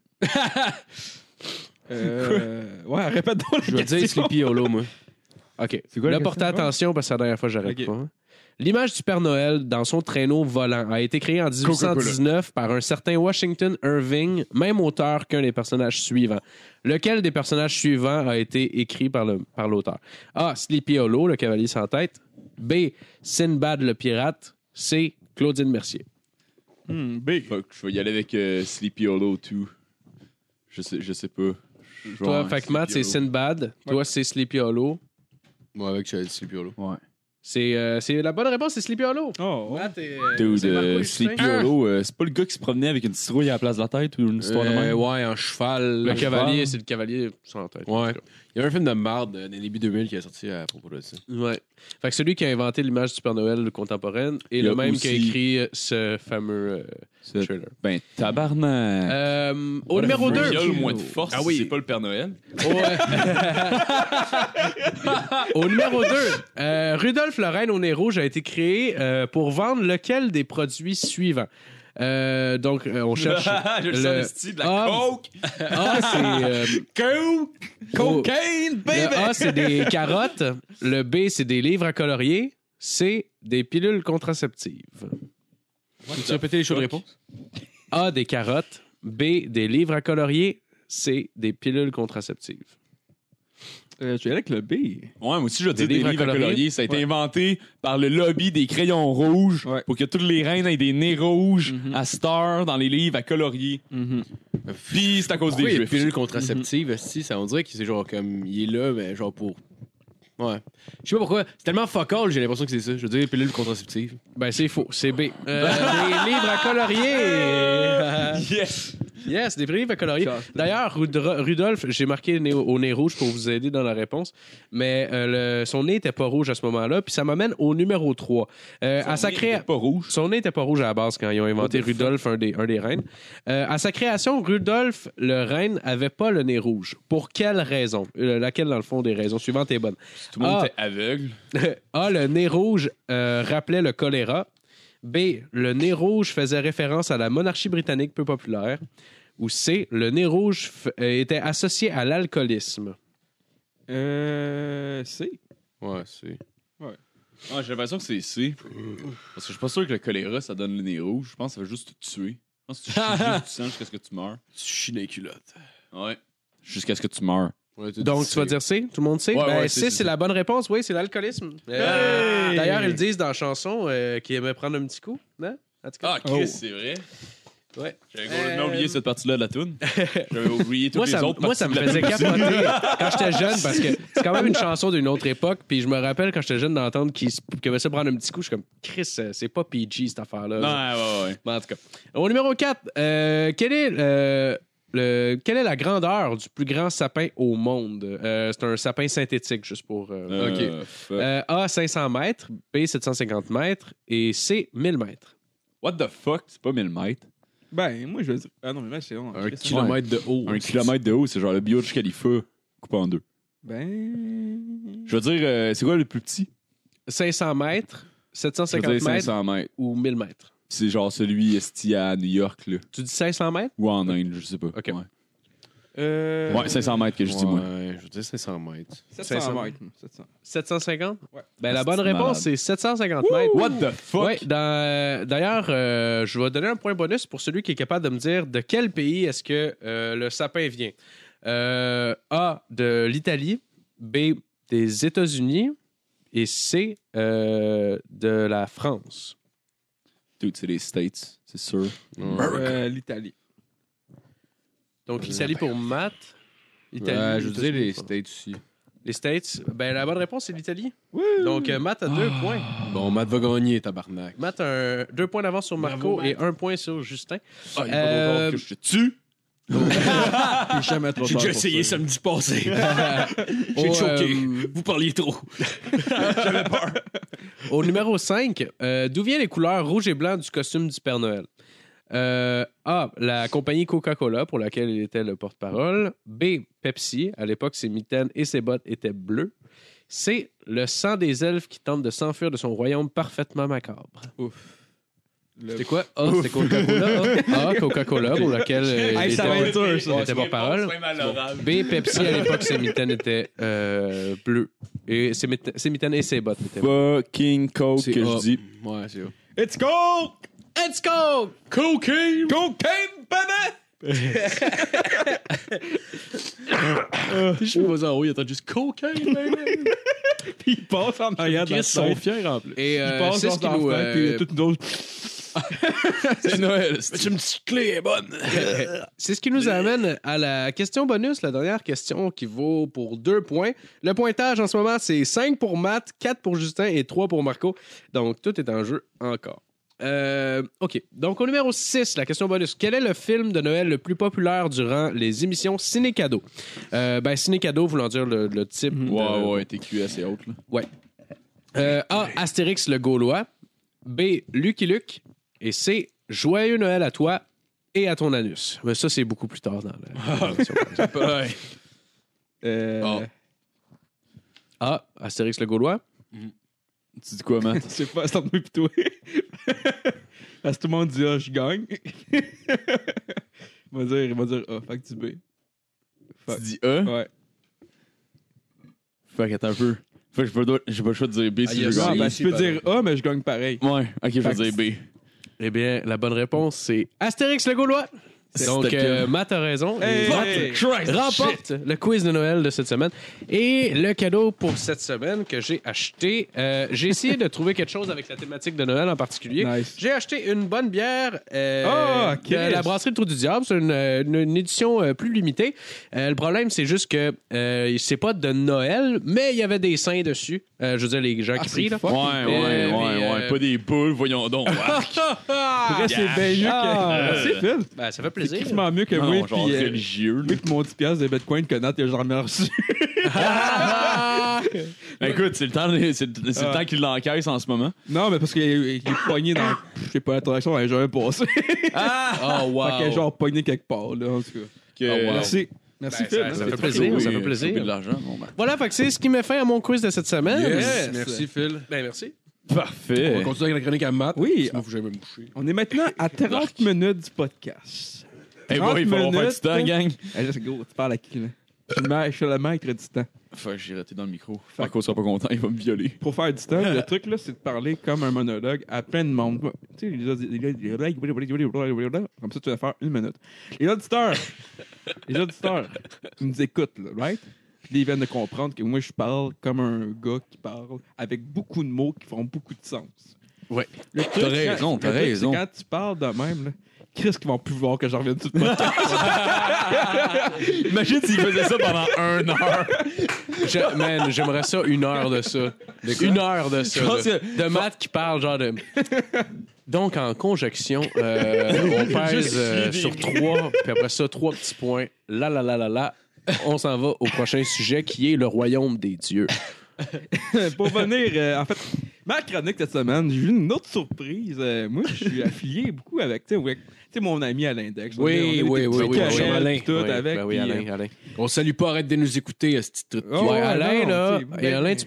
Ouais, répète donc Je la vais dire question. Sleepy Hollow, moi. OK. C'est quoi la Là, portez question? attention parce que c'est la dernière fois que j'arrête OK. pas. hein. L'image du Père Noël dans son traîneau volant a été créée en 1819 par un certain Washington Irving, même auteur qu'un des personnages suivants. Lequel des personnages suivants a été écrit par l'auteur? A. Sleepy Hollow, le cavalier sans tête. B. Sinbad le pirate. C. Claudine Mercier. B. Fuck, je vais y aller avec Sleepy Hollow 2. Je sais pas. Toi, fait que Matt, c'est Sinbad. Toi, c'est Sleepy Hollow. Moi, avec Sleepy Hollow. Ouais. C'est la bonne réponse, c'est Sleepy Hollow. Oh, ouais. Matt, Dude, c'est Marco, Sleepy Justin. Hollow, c'est pas le gars qui se promenait avec une citrouille à la place de la tête ou une histoire de même? Ouais, en cheval. Le En cavalier, cheval. c'est le cavalier sans tête. Ouais. Il y a un film de marde dans les début 2000 qui est sorti à propos de ça. Ouais. Fait que celui qui a inventé l'image du Père Noël contemporaine est Il y a le même qui a aussi- écrit ce fameux C'est- trailer. Ben, tabarnak. Au numéro 2. Il y a le moins de force. Ah oui. C'est pas le Père Noël. Au numéro 2, Rudolph le Reine au nez rouge a été créé pour vendre lequel des produits suivants? Donc, on cherche. Je le sens le style de la Ah, coke. A, c'est. Cocaine, Le A, c'est des carottes. Le B, c'est des livres à colorier. C, des pilules contraceptives. Peux-tu répéter les choix de réponse? A, des carottes. B, des livres à colorier. C, des pilules contraceptives. Je vais aller avec le B. Ouais, moi aussi, je veux dire Des des livres à livres à colorier. colorier. Ça a été inventé par le lobby des crayons rouges Ouais. pour que toutes les reines aient des nez rouges à Star dans les livres à colorier. Puis c'est à cause Pourquoi des il y a juifs. pilule contraceptive, si ça on dirait que c'est genre comme il est là, mais genre pour. Ouais. Je sais pas pourquoi. C'est tellement fuck all, j'ai l'impression que c'est ça. Je veux dire pilule contraceptive. Ben, c'est faux. C'est B. Des livres à colorier. Yes! Yes, des livres à colorier. D'ailleurs, Rudolph, j'ai marqué au nez rouge pour vous aider dans la réponse, mais son nez était pas rouge à ce moment-là, puis ça m'amène au numéro 3. À sa création. Pas rouge. Son nez était pas rouge à la base quand ils ont inventé Rudolph, un des reines. À sa création, Rudolph le reine avait pas le nez rouge. Pour quelle raison? Laquelle, dans le fond, des raisons suivantes est bonne? Tout le monde Ah. était aveugle. A, le nez rouge rappelait le choléra. B, le nez rouge faisait référence à la monarchie britannique peu populaire. Ou C, le nez rouge était associé à l'alcoolisme. C. Ouais, c'est. Ah, j'ai l'impression que c'est C. Parce que je suis pas sûr que le choléra, ça donne le nez rouge. Je pense que ça va juste te tuer. Je pense que tu chies juste du sang jusqu'à ce que tu meurs. Tu chies dans les culottes. Ouais. Jusqu'à ce que tu meurs. Ouais, Donc, tu vas dire C? Tout le monde sait? Ouais, ouais, C, c'est la bonne réponse. Oui, c'est l'alcoolisme. D'ailleurs, ils disent dans la chanson qu'ils aimaient prendre un petit coup. Non? En tout cas. Ah, Chris, c'est vrai. Ouais. J'avais complètement oublié cette partie-là de la toune. J'avais oublié toutes les autres moi, ça me faisait capoter quand j'étais jeune parce que c'est quand même une chanson d'une autre époque. Puis je me rappelle quand j'étais jeune d'entendre qu'il aimait ça prendre un petit coup. Je suis comme, Chris, c'est pas PG cette affaire-là. Ouais. Mais en tout cas. Au numéro 4, quelle est la grandeur du plus grand sapin au monde? C'est un sapin synthétique, juste pour... A, 500 mètres, B, 750 mètres et C, 1000 mètres. What the fuck? C'est pas 1000 mètres. Ben, moi, je veux dire. Ah non, mais là, c'est long. Un kilomètre de haut. 1 kilomètre de haut, c'est genre le Burj Khalifa coupé en deux. Ben. Je veux dire, c'est quoi le plus petit? 500 mètres, Je veux 750 dire mètres 500 mètres. ou 1000 mètres? C'est genre celui esti à New York, là. Tu dis 500 mètres? Ou en Inde, je sais pas. Ok. Ouais, 500 mètres que je dis, moi. Ouais, je veux dire 500 mètres. 700 mètres. 750? Ouais. Ben, la bonne C'est réponse, malade. c'est 750 mètres. What the fuck? Ouais, d'ailleurs, je vais donner un point bonus pour celui qui est capable de me dire de quel pays est-ce que le sapin vient. A, de l'Italie, B, des États-Unis et C, de la France. Dude, c'est les States, c'est sûr. L'Italie. Donc, l'Italie pour Matt. Italie, Ouais, je veux dire les États-Unis. States aussi. Les States. Ben, la bonne réponse, c'est l'Italie. Donc, Matt a 2 points. Bon, Matt va gagner, tabarnak. Matt a 2 points d'avance sur Marco Bravo, et 1 point sur Justin. Ah, il est pas trop tard que je te tue. Jamais trop tard. J'ai essayé samedi passé. J'ai choqué. Vous parliez trop. Au numéro 5, d'où viennent les couleurs rouge et blanc du costume du Père Noël? A, la compagnie Coca-Cola pour laquelle il était le porte-parole. B, Pepsi. À l'époque, ses mitaines et ses bottes étaient bleues. C, le sang des elfes qui tentent de s'enfuir de son royaume parfaitement macabre. C'était quoi? A, c'est Coca-Cola. A, Coca-Cola pour laquelle il ça va être dur, était, ça. il était porte-parole. B, Pepsi. À l'époque, ses mitaines étaient bleues. Et ses mitaines et ses bottes étaient bleues. Fucking Coke C'est que A. je dis. Ouais, c'est ça. It's Coke! Let's go! Cocaine! Cocaine, baby! Je suis pas en haut, il attend juste cocaine, baby! Puis il passe en arrière de la Ils sont fenêtre. fiers en plus. Et Il passe c'est ce qui dans nous... la fenêtre, puis toute une autre. C'est Noël. J'ai une petite clé, elle est bonne! C'est ce qui nous amène à la question bonus, la dernière question qui vaut pour 2 points. Le pointage en ce moment, c'est 5 pour Matt, 4 pour Justin et 3 pour Marco. Donc, tout est en jeu encore. OK. Donc, au numéro 6, la question bonus. Quel est le film de Noël le plus populaire durant les émissions Ciné-Cadeau? Ciné-Cadeau voulant dire le type. Ouais, TQS et autres, là. Ouais. A, Astérix le Gaulois. B, Lucky Luke. Et C, Joyeux Noël à toi et à ton anus. Mais ça, c'est beaucoup plus tard dans la l'émission, par exemple. A, Astérix le Gaulois. Tu dis quoi, Matt? C'est pas, c'est entre moi pis toi. Parce que tout le monde dit A, je gagne. Il va dire A, fait que tu B. Tu dis A? Ouais. Fuck, attends un peu. Fait que j'ai pas le choix de dire B si je Ah, gagne. ben, tu peux dire A, mais je gagne pareil. Ouais, ok, je vais dire B. Eh bien, la bonne réponse, c'est Astérix le Gaulois. Donc, C'était Matt a raison. Hey, Et Matt hey. remporte le quiz de Noël de cette semaine. Et le cadeau pour cette semaine que j'ai acheté, j'ai essayé de trouver quelque chose avec la thématique de Noël en particulier. Nice. J'ai acheté une bonne bière OK. de la brasserie Le Trou du Diable. C'est une édition plus limitée. Le problème, c'est juste que c'est pas de Noël, mais il y avait des seins dessus. Je veux dire, les gens qui prient. Là. Ouais. Pas des boules, voyons donc. Après, c'est bien mieux que. Merci, Phil. Ben, ça fait C'est plaisir. quasiment mieux que Non, moi, genre puis religieux. moi, puis mon 10$ de Bitcoin que Nat, il a jamais reçu. Écoute, c'est le temps qu'il l'encaisse en ce moment. Non, mais parce qu'il est pogné dans, je sais pas, la transaction dans les jours passés. Oh, wow. Fait qu'il est genre pogné quelque part, là, en tout cas. Merci. Merci, Ben, Phil. ça fait plaisir, ça fait plaisir. de l'argent, bon, ben. Voilà, fait que c'est ce qui met fin à mon quiz de cette semaine. Yes. Merci, Phil. Ben, merci. On Parfait. va continuer avec la chronique à Matt. Oui. Sinon, faut que j'aille me moucher. On est maintenant à 30 minutes du podcast. Eh bon, il va avoir faire du temps, gang. Hey, là, c'est gros, tu parles à qui, là? Je suis le maître du temps. Faut que j'ai raté dans le micro. Marco sera pas content, il va me violer. Pour faire du temps, le truc, là, c'est de parler comme un monologue à plein de monde. Tu sais, comme ça, tu vas faire 1 minute. Les auditeurs, ils nous écoutent, là, right? Puis ils viennent de comprendre que moi, je parle comme un gars qui parle avec beaucoup de mots qui font beaucoup de sens. Ouais. Le truc, T'as raison. c'est quand tu parles de même, là, qu'est-ce qu'ils vont plus voir que je revienne tout le temps? Imagine s'il faisait ça pendant 1 heure. Man, j'aimerais ça 1 heure de ça. 1 heure de ça. Je pense là. que- De Matt qui parle genre de... Donc, en conjonction, on pèse sur 3, puis après ça, 3 petits points. Là. On s'en va au prochain sujet qui est le royaume des dieux. Pour venir, en fait, ma chronique cette semaine, j'ai vu une autre surprise. Moi, je suis affilié beaucoup avec, tu sais, mon ami à l'index. Oui, Alain. Tout Oui, avec. ben oui, puis, Alain. On salue pas, arrête de nous écouter, ce truc. Oh, Ouais, ouais, Alain, non, là, tu sais, et Alain, tu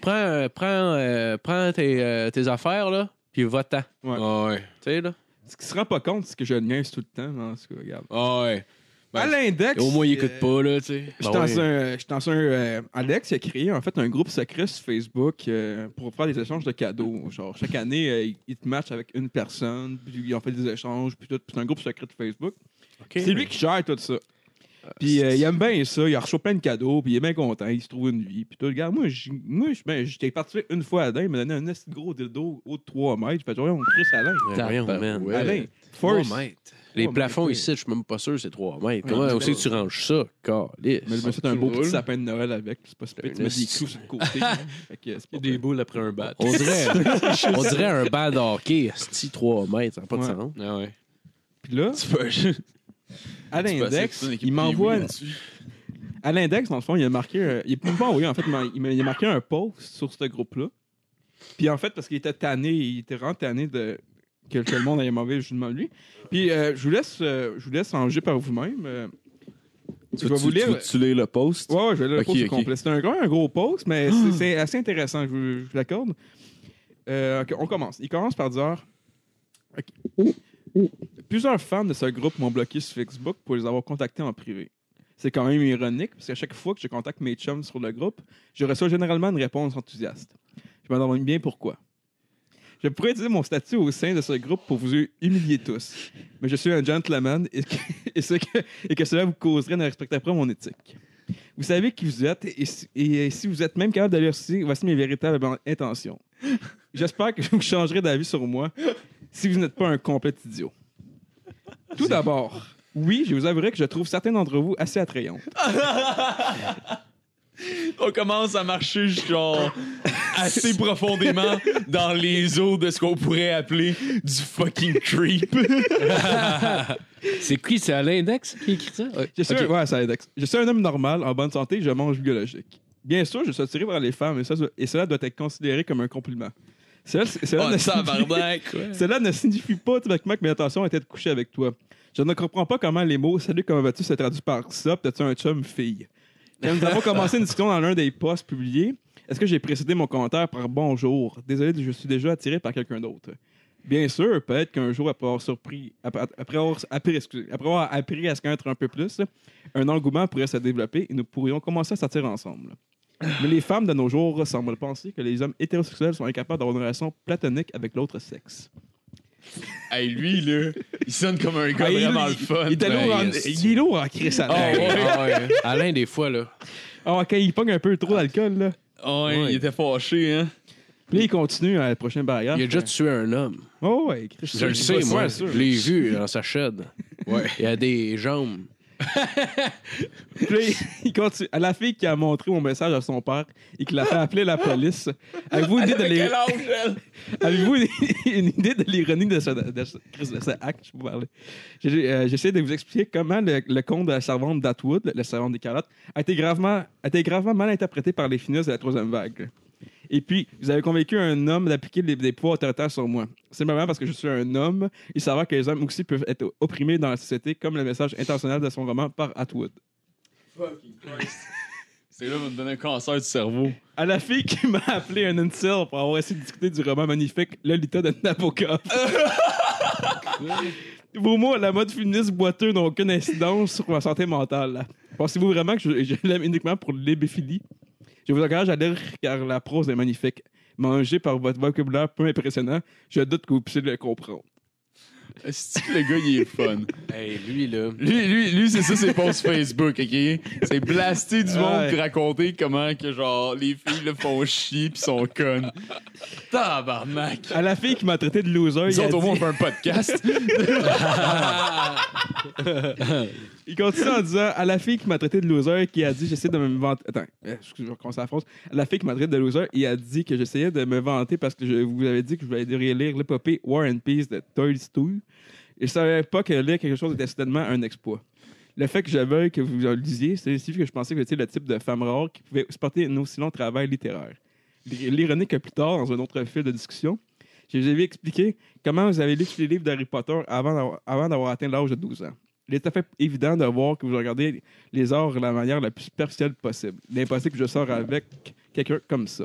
prends tes affaires, là, puis va-t'en. Ouais. Ah ouais. Tu sais, là. Ce qui se rend pas compte, c'est que je niaise tout le temps. En tout cas, regarde. Ah ouais. À l'index. Au moins, il écoute pas, là, tu sais. Je dans un Alex a créé en fait un groupe secret sur Facebook pour faire des échanges de cadeaux. Genre chaque année, il te match avec une personne, puis ils ont fait des échanges, puis tout. Puis c'est un groupe secret de Facebook. C'est lui qui gère tout ça. Puis il aime bien ça, il reçoit plein de cadeaux, puis il est bien content, il se trouve une vie. Puis tout, regarde, j'étais participé une fois à Alain, il m'a donné un assez gros dildo haut de 3 mètres. J'ai fait, on prie Alain. Voyons, man. Alain, 3 first. mètres. Les Oh, plafonds mais- ici, je suis même pas sûr, c'est 3 mètres. Comment aussi tu ranges ça? Calisse. Mais je me suis fait un beau petit sapin de Noël avec, puis c'est pas super. Tu mets des Esti. clous sur le côté. Fait que c'est pas Des boules après un bat. On dirait un bat de hockey, esti, 3 mètres, ça n'a pas de Ouais. sens. Ah ouais. Puis là, C'est pas... à l'index, il m'envoie. À l'index, dans le fond, il a marqué. Il m'a pas envoyé, en fait, il a marqué un post sur ce groupe-là. Puis en fait, parce qu'il était tanné, il était vraiment tanné de que le monde ait mauvais jugement de lui. Puis je vous laisse en juger par vous-même. Je vais vous lire. Tu lis le post? Ouais, je vais lire le Ok, post au ok. complet. C'est un gros post, mais c'est assez intéressant, je vous l'accorde. Ok, on commence. Il commence par dire ok. Plusieurs fans de ce groupe m'ont bloqué sur Facebook pour les avoir contactés en privé. C'est quand même ironique, parce qu'à chaque fois que je contacte mes chums sur le groupe, je reçois généralement une réponse enthousiaste. Je me demande bien pourquoi. Je pourrais utiliser mon statut au sein de ce groupe pour vous humilier tous, mais je suis un gentleman et que cela vous causerait ne respecter pas mon éthique. Vous savez qui vous êtes et si vous êtes même capable de lire ceci, voici mes véritables intentions. J'espère que vous changerez d'avis sur moi si vous n'êtes pas un complet idiot. Tout d'abord, oui, je vous avouerai que je trouve certains d'entre vous assez attrayants. On commence à marcher genre assez profondément dans les eaux de ce qu'on pourrait appeler du fucking creep. C'est qui? C'est à l'index qui écrit ça? Je suis, Ok. ouais, ça indexe. Je suis un homme normal, en bonne santé, je mange biologique. Bien sûr, je suis attiré vers les femmes et cela doit être considéré comme un compliment. Cela Oh, ne tabarnak! Cela ne signifie pas typiquement que mes intentions étaient de coucher avec toi. Je ne comprends pas comment les mots « Salut, comment vas-tu » se traduisent par ça, peut-être un chum fille. Quand nous avons commencé une discussion dans l'un des posts publiés, est-ce que j'ai précédé mon commentaire par « Bonjour ». Désolé, je suis déjà attiré par quelqu'un d'autre. Bien sûr, peut-être qu'un jour, après avoir appris à se connaître un peu plus, un engouement pourrait se développer et nous pourrions commencer à sortir ensemble. Mais les femmes de nos jours semblent penser que les hommes hétérosexuels sont incapables d'avoir une relation platonique avec l'autre sexe. Hey, lui, là, il sonne comme un gars Ah, vraiment le fun. Il est lourd en Chris à l'air. Alain, des fois, là. Ah, quand il pogne un peu trop d'alcool, là. Oh, ouais, il était fâché, hein? Puis là, il continue à la prochaine barrière. Il a déjà tué un homme. Oh, ouais, Chris. Je le sais, moi. Je l'ai vu dans sa shed. Ouais. Il a des jambes. Puis là, il continue. À la fille qui a montré mon message à son père et qui l'a fait appeler la police. Avez-vous une idée de Quel âge, elle? Avez-vous une idée de l'ironie de ce acte? Je peux vous parler. J'essaie de vous expliquer comment le conte de la servante d'Atwood, la servante des calottes, a été gravement mal interprété par les finusses de la troisième vague. Et puis, vous avez convaincu un homme d'appliquer des pouvoirs autoritaires sur moi. Simplement parce que je suis un homme et savoir que les hommes aussi peuvent être opprimés dans la société, comme le message intentionnel de son roman par Atwood. C'est là, va me donner un cancer du cerveau. À la fille qui m'a appelé un incel pour avoir essayé de discuter du roman magnifique Lolita de Nabokov. Vos mots à la mode féministe boiteux n'ont aucune incidence sur ma santé mentale. Pensez-vous vraiment que je l'aime uniquement pour l'ébéphilie? Je vous encourage à lire car la prose est magnifique. Mangé par votre vocabulaire peu impressionnant, je doute que vous puissiez le comprendre. Est-ce que le gars, il est fun? Hey, lui, là. Lui, c'est ça, ses posts Facebook, OK? C'est blaster du monde puis raconter comment que, genre, les filles le font chier pis sont connes. Tabarnak! À la fille qui m'a traité de loser, Nous autres, au moins, on fait un podcast. Il continue en disant à la fille qui m'a traité de loser qui a dit j'essaie de me vanter. Attends, excusez-moi, je recommence la phrase. À la fille qui m'a traité de loser, il a dit que j'essayais de me vanter parce que je vous avais dit que je voulais relire l'épopée War and Peace de Tolstoy. Et je savais pas que lire quelque chose était soudainement un exploit. Le fait que j'avais que vous en lisiez, c'est signifie que je pensais que vous étiez le type de femme rare qui pouvait supporter un aussi long travail littéraire. L'ironie que plus tard, dans un autre fil de discussion, je vous avais expliqué comment vous avez lu tous les livres d'Harry Potter avant d'avoir atteint l'âge de 12 ans. Il est tout à fait évident de voir que vous regardez les arts de la manière la plus superficielle possible. Il est impossible que je sors avec quelqu'un comme ça.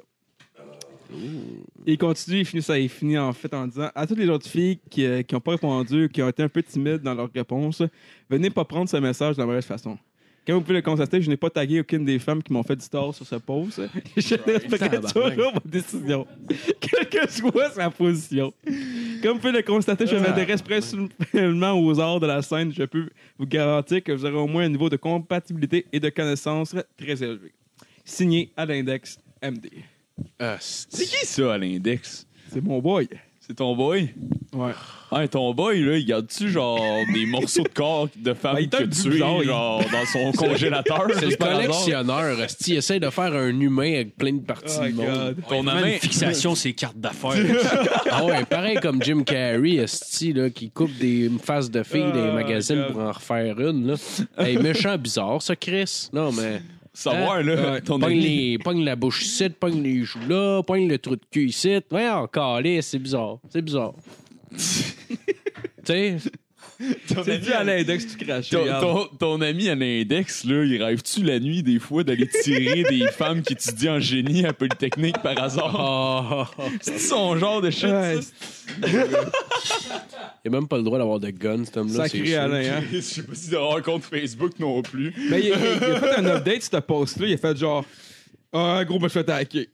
Et il continue, il finit en fait en disant à toutes les autres filles qui n'ont pas répondu, qui ont été un peu timides dans leur réponse, venez pas prendre ce message de la mauvaise façon. Comme vous pouvez le constater, je n'ai pas tagué aucune des femmes qui m'ont fait du tort sur ce post. Je respecterai toujours ma décision, quelle que soit sa position. Comme vous pouvez le constater, je m'intéresse principalement aux arts de la scène. Je peux vous garantir que vous aurez au moins un niveau de compatibilité et de connaissance très élevé. Signé à l'index MD. C'est qui ça, à l'index? C'est mon boy. C'est ton boy? Ouais. Ah, ton boy, là, il garde-tu, genre, des morceaux de corps de femmes il que est tu bizarre, genre, dans son congélateur? C'est le collectionneur. Il essaie de faire un humain avec plein de parties du monde. Ton Vraiment amant... une fixation, c'est cartes d'affaires. Ah ouais, pareil comme Jim Carrey, esti, là, qui coupe des faces de filles dans les magazines pour en refaire une. Là. Hey, méchant bizarre, ça, Chris. Non, mais... Savoir, là, ton ami... Pogne la bouche ici, pogne les joues là, pogne le trou de cul ici. Ouais, encore, c'est bizarre. C'est bizarre. Tu sais... C'est dû à l'index, tu craches. Ton ami à l'index, là, il rêve-tu la nuit, des fois, d'aller tirer des femmes qui étudient en génie à Polytechnique par hasard? C'est son genre de shit, Ouais, ça? Il a même pas le droit d'avoir de gun, cet homme-là. Sacré Alain, hein? Je sais pas si d'avoir un compte Facebook non plus. Mais il a fait un update, ce post-là. Il a fait genre ah, gros, me suis fait hacker.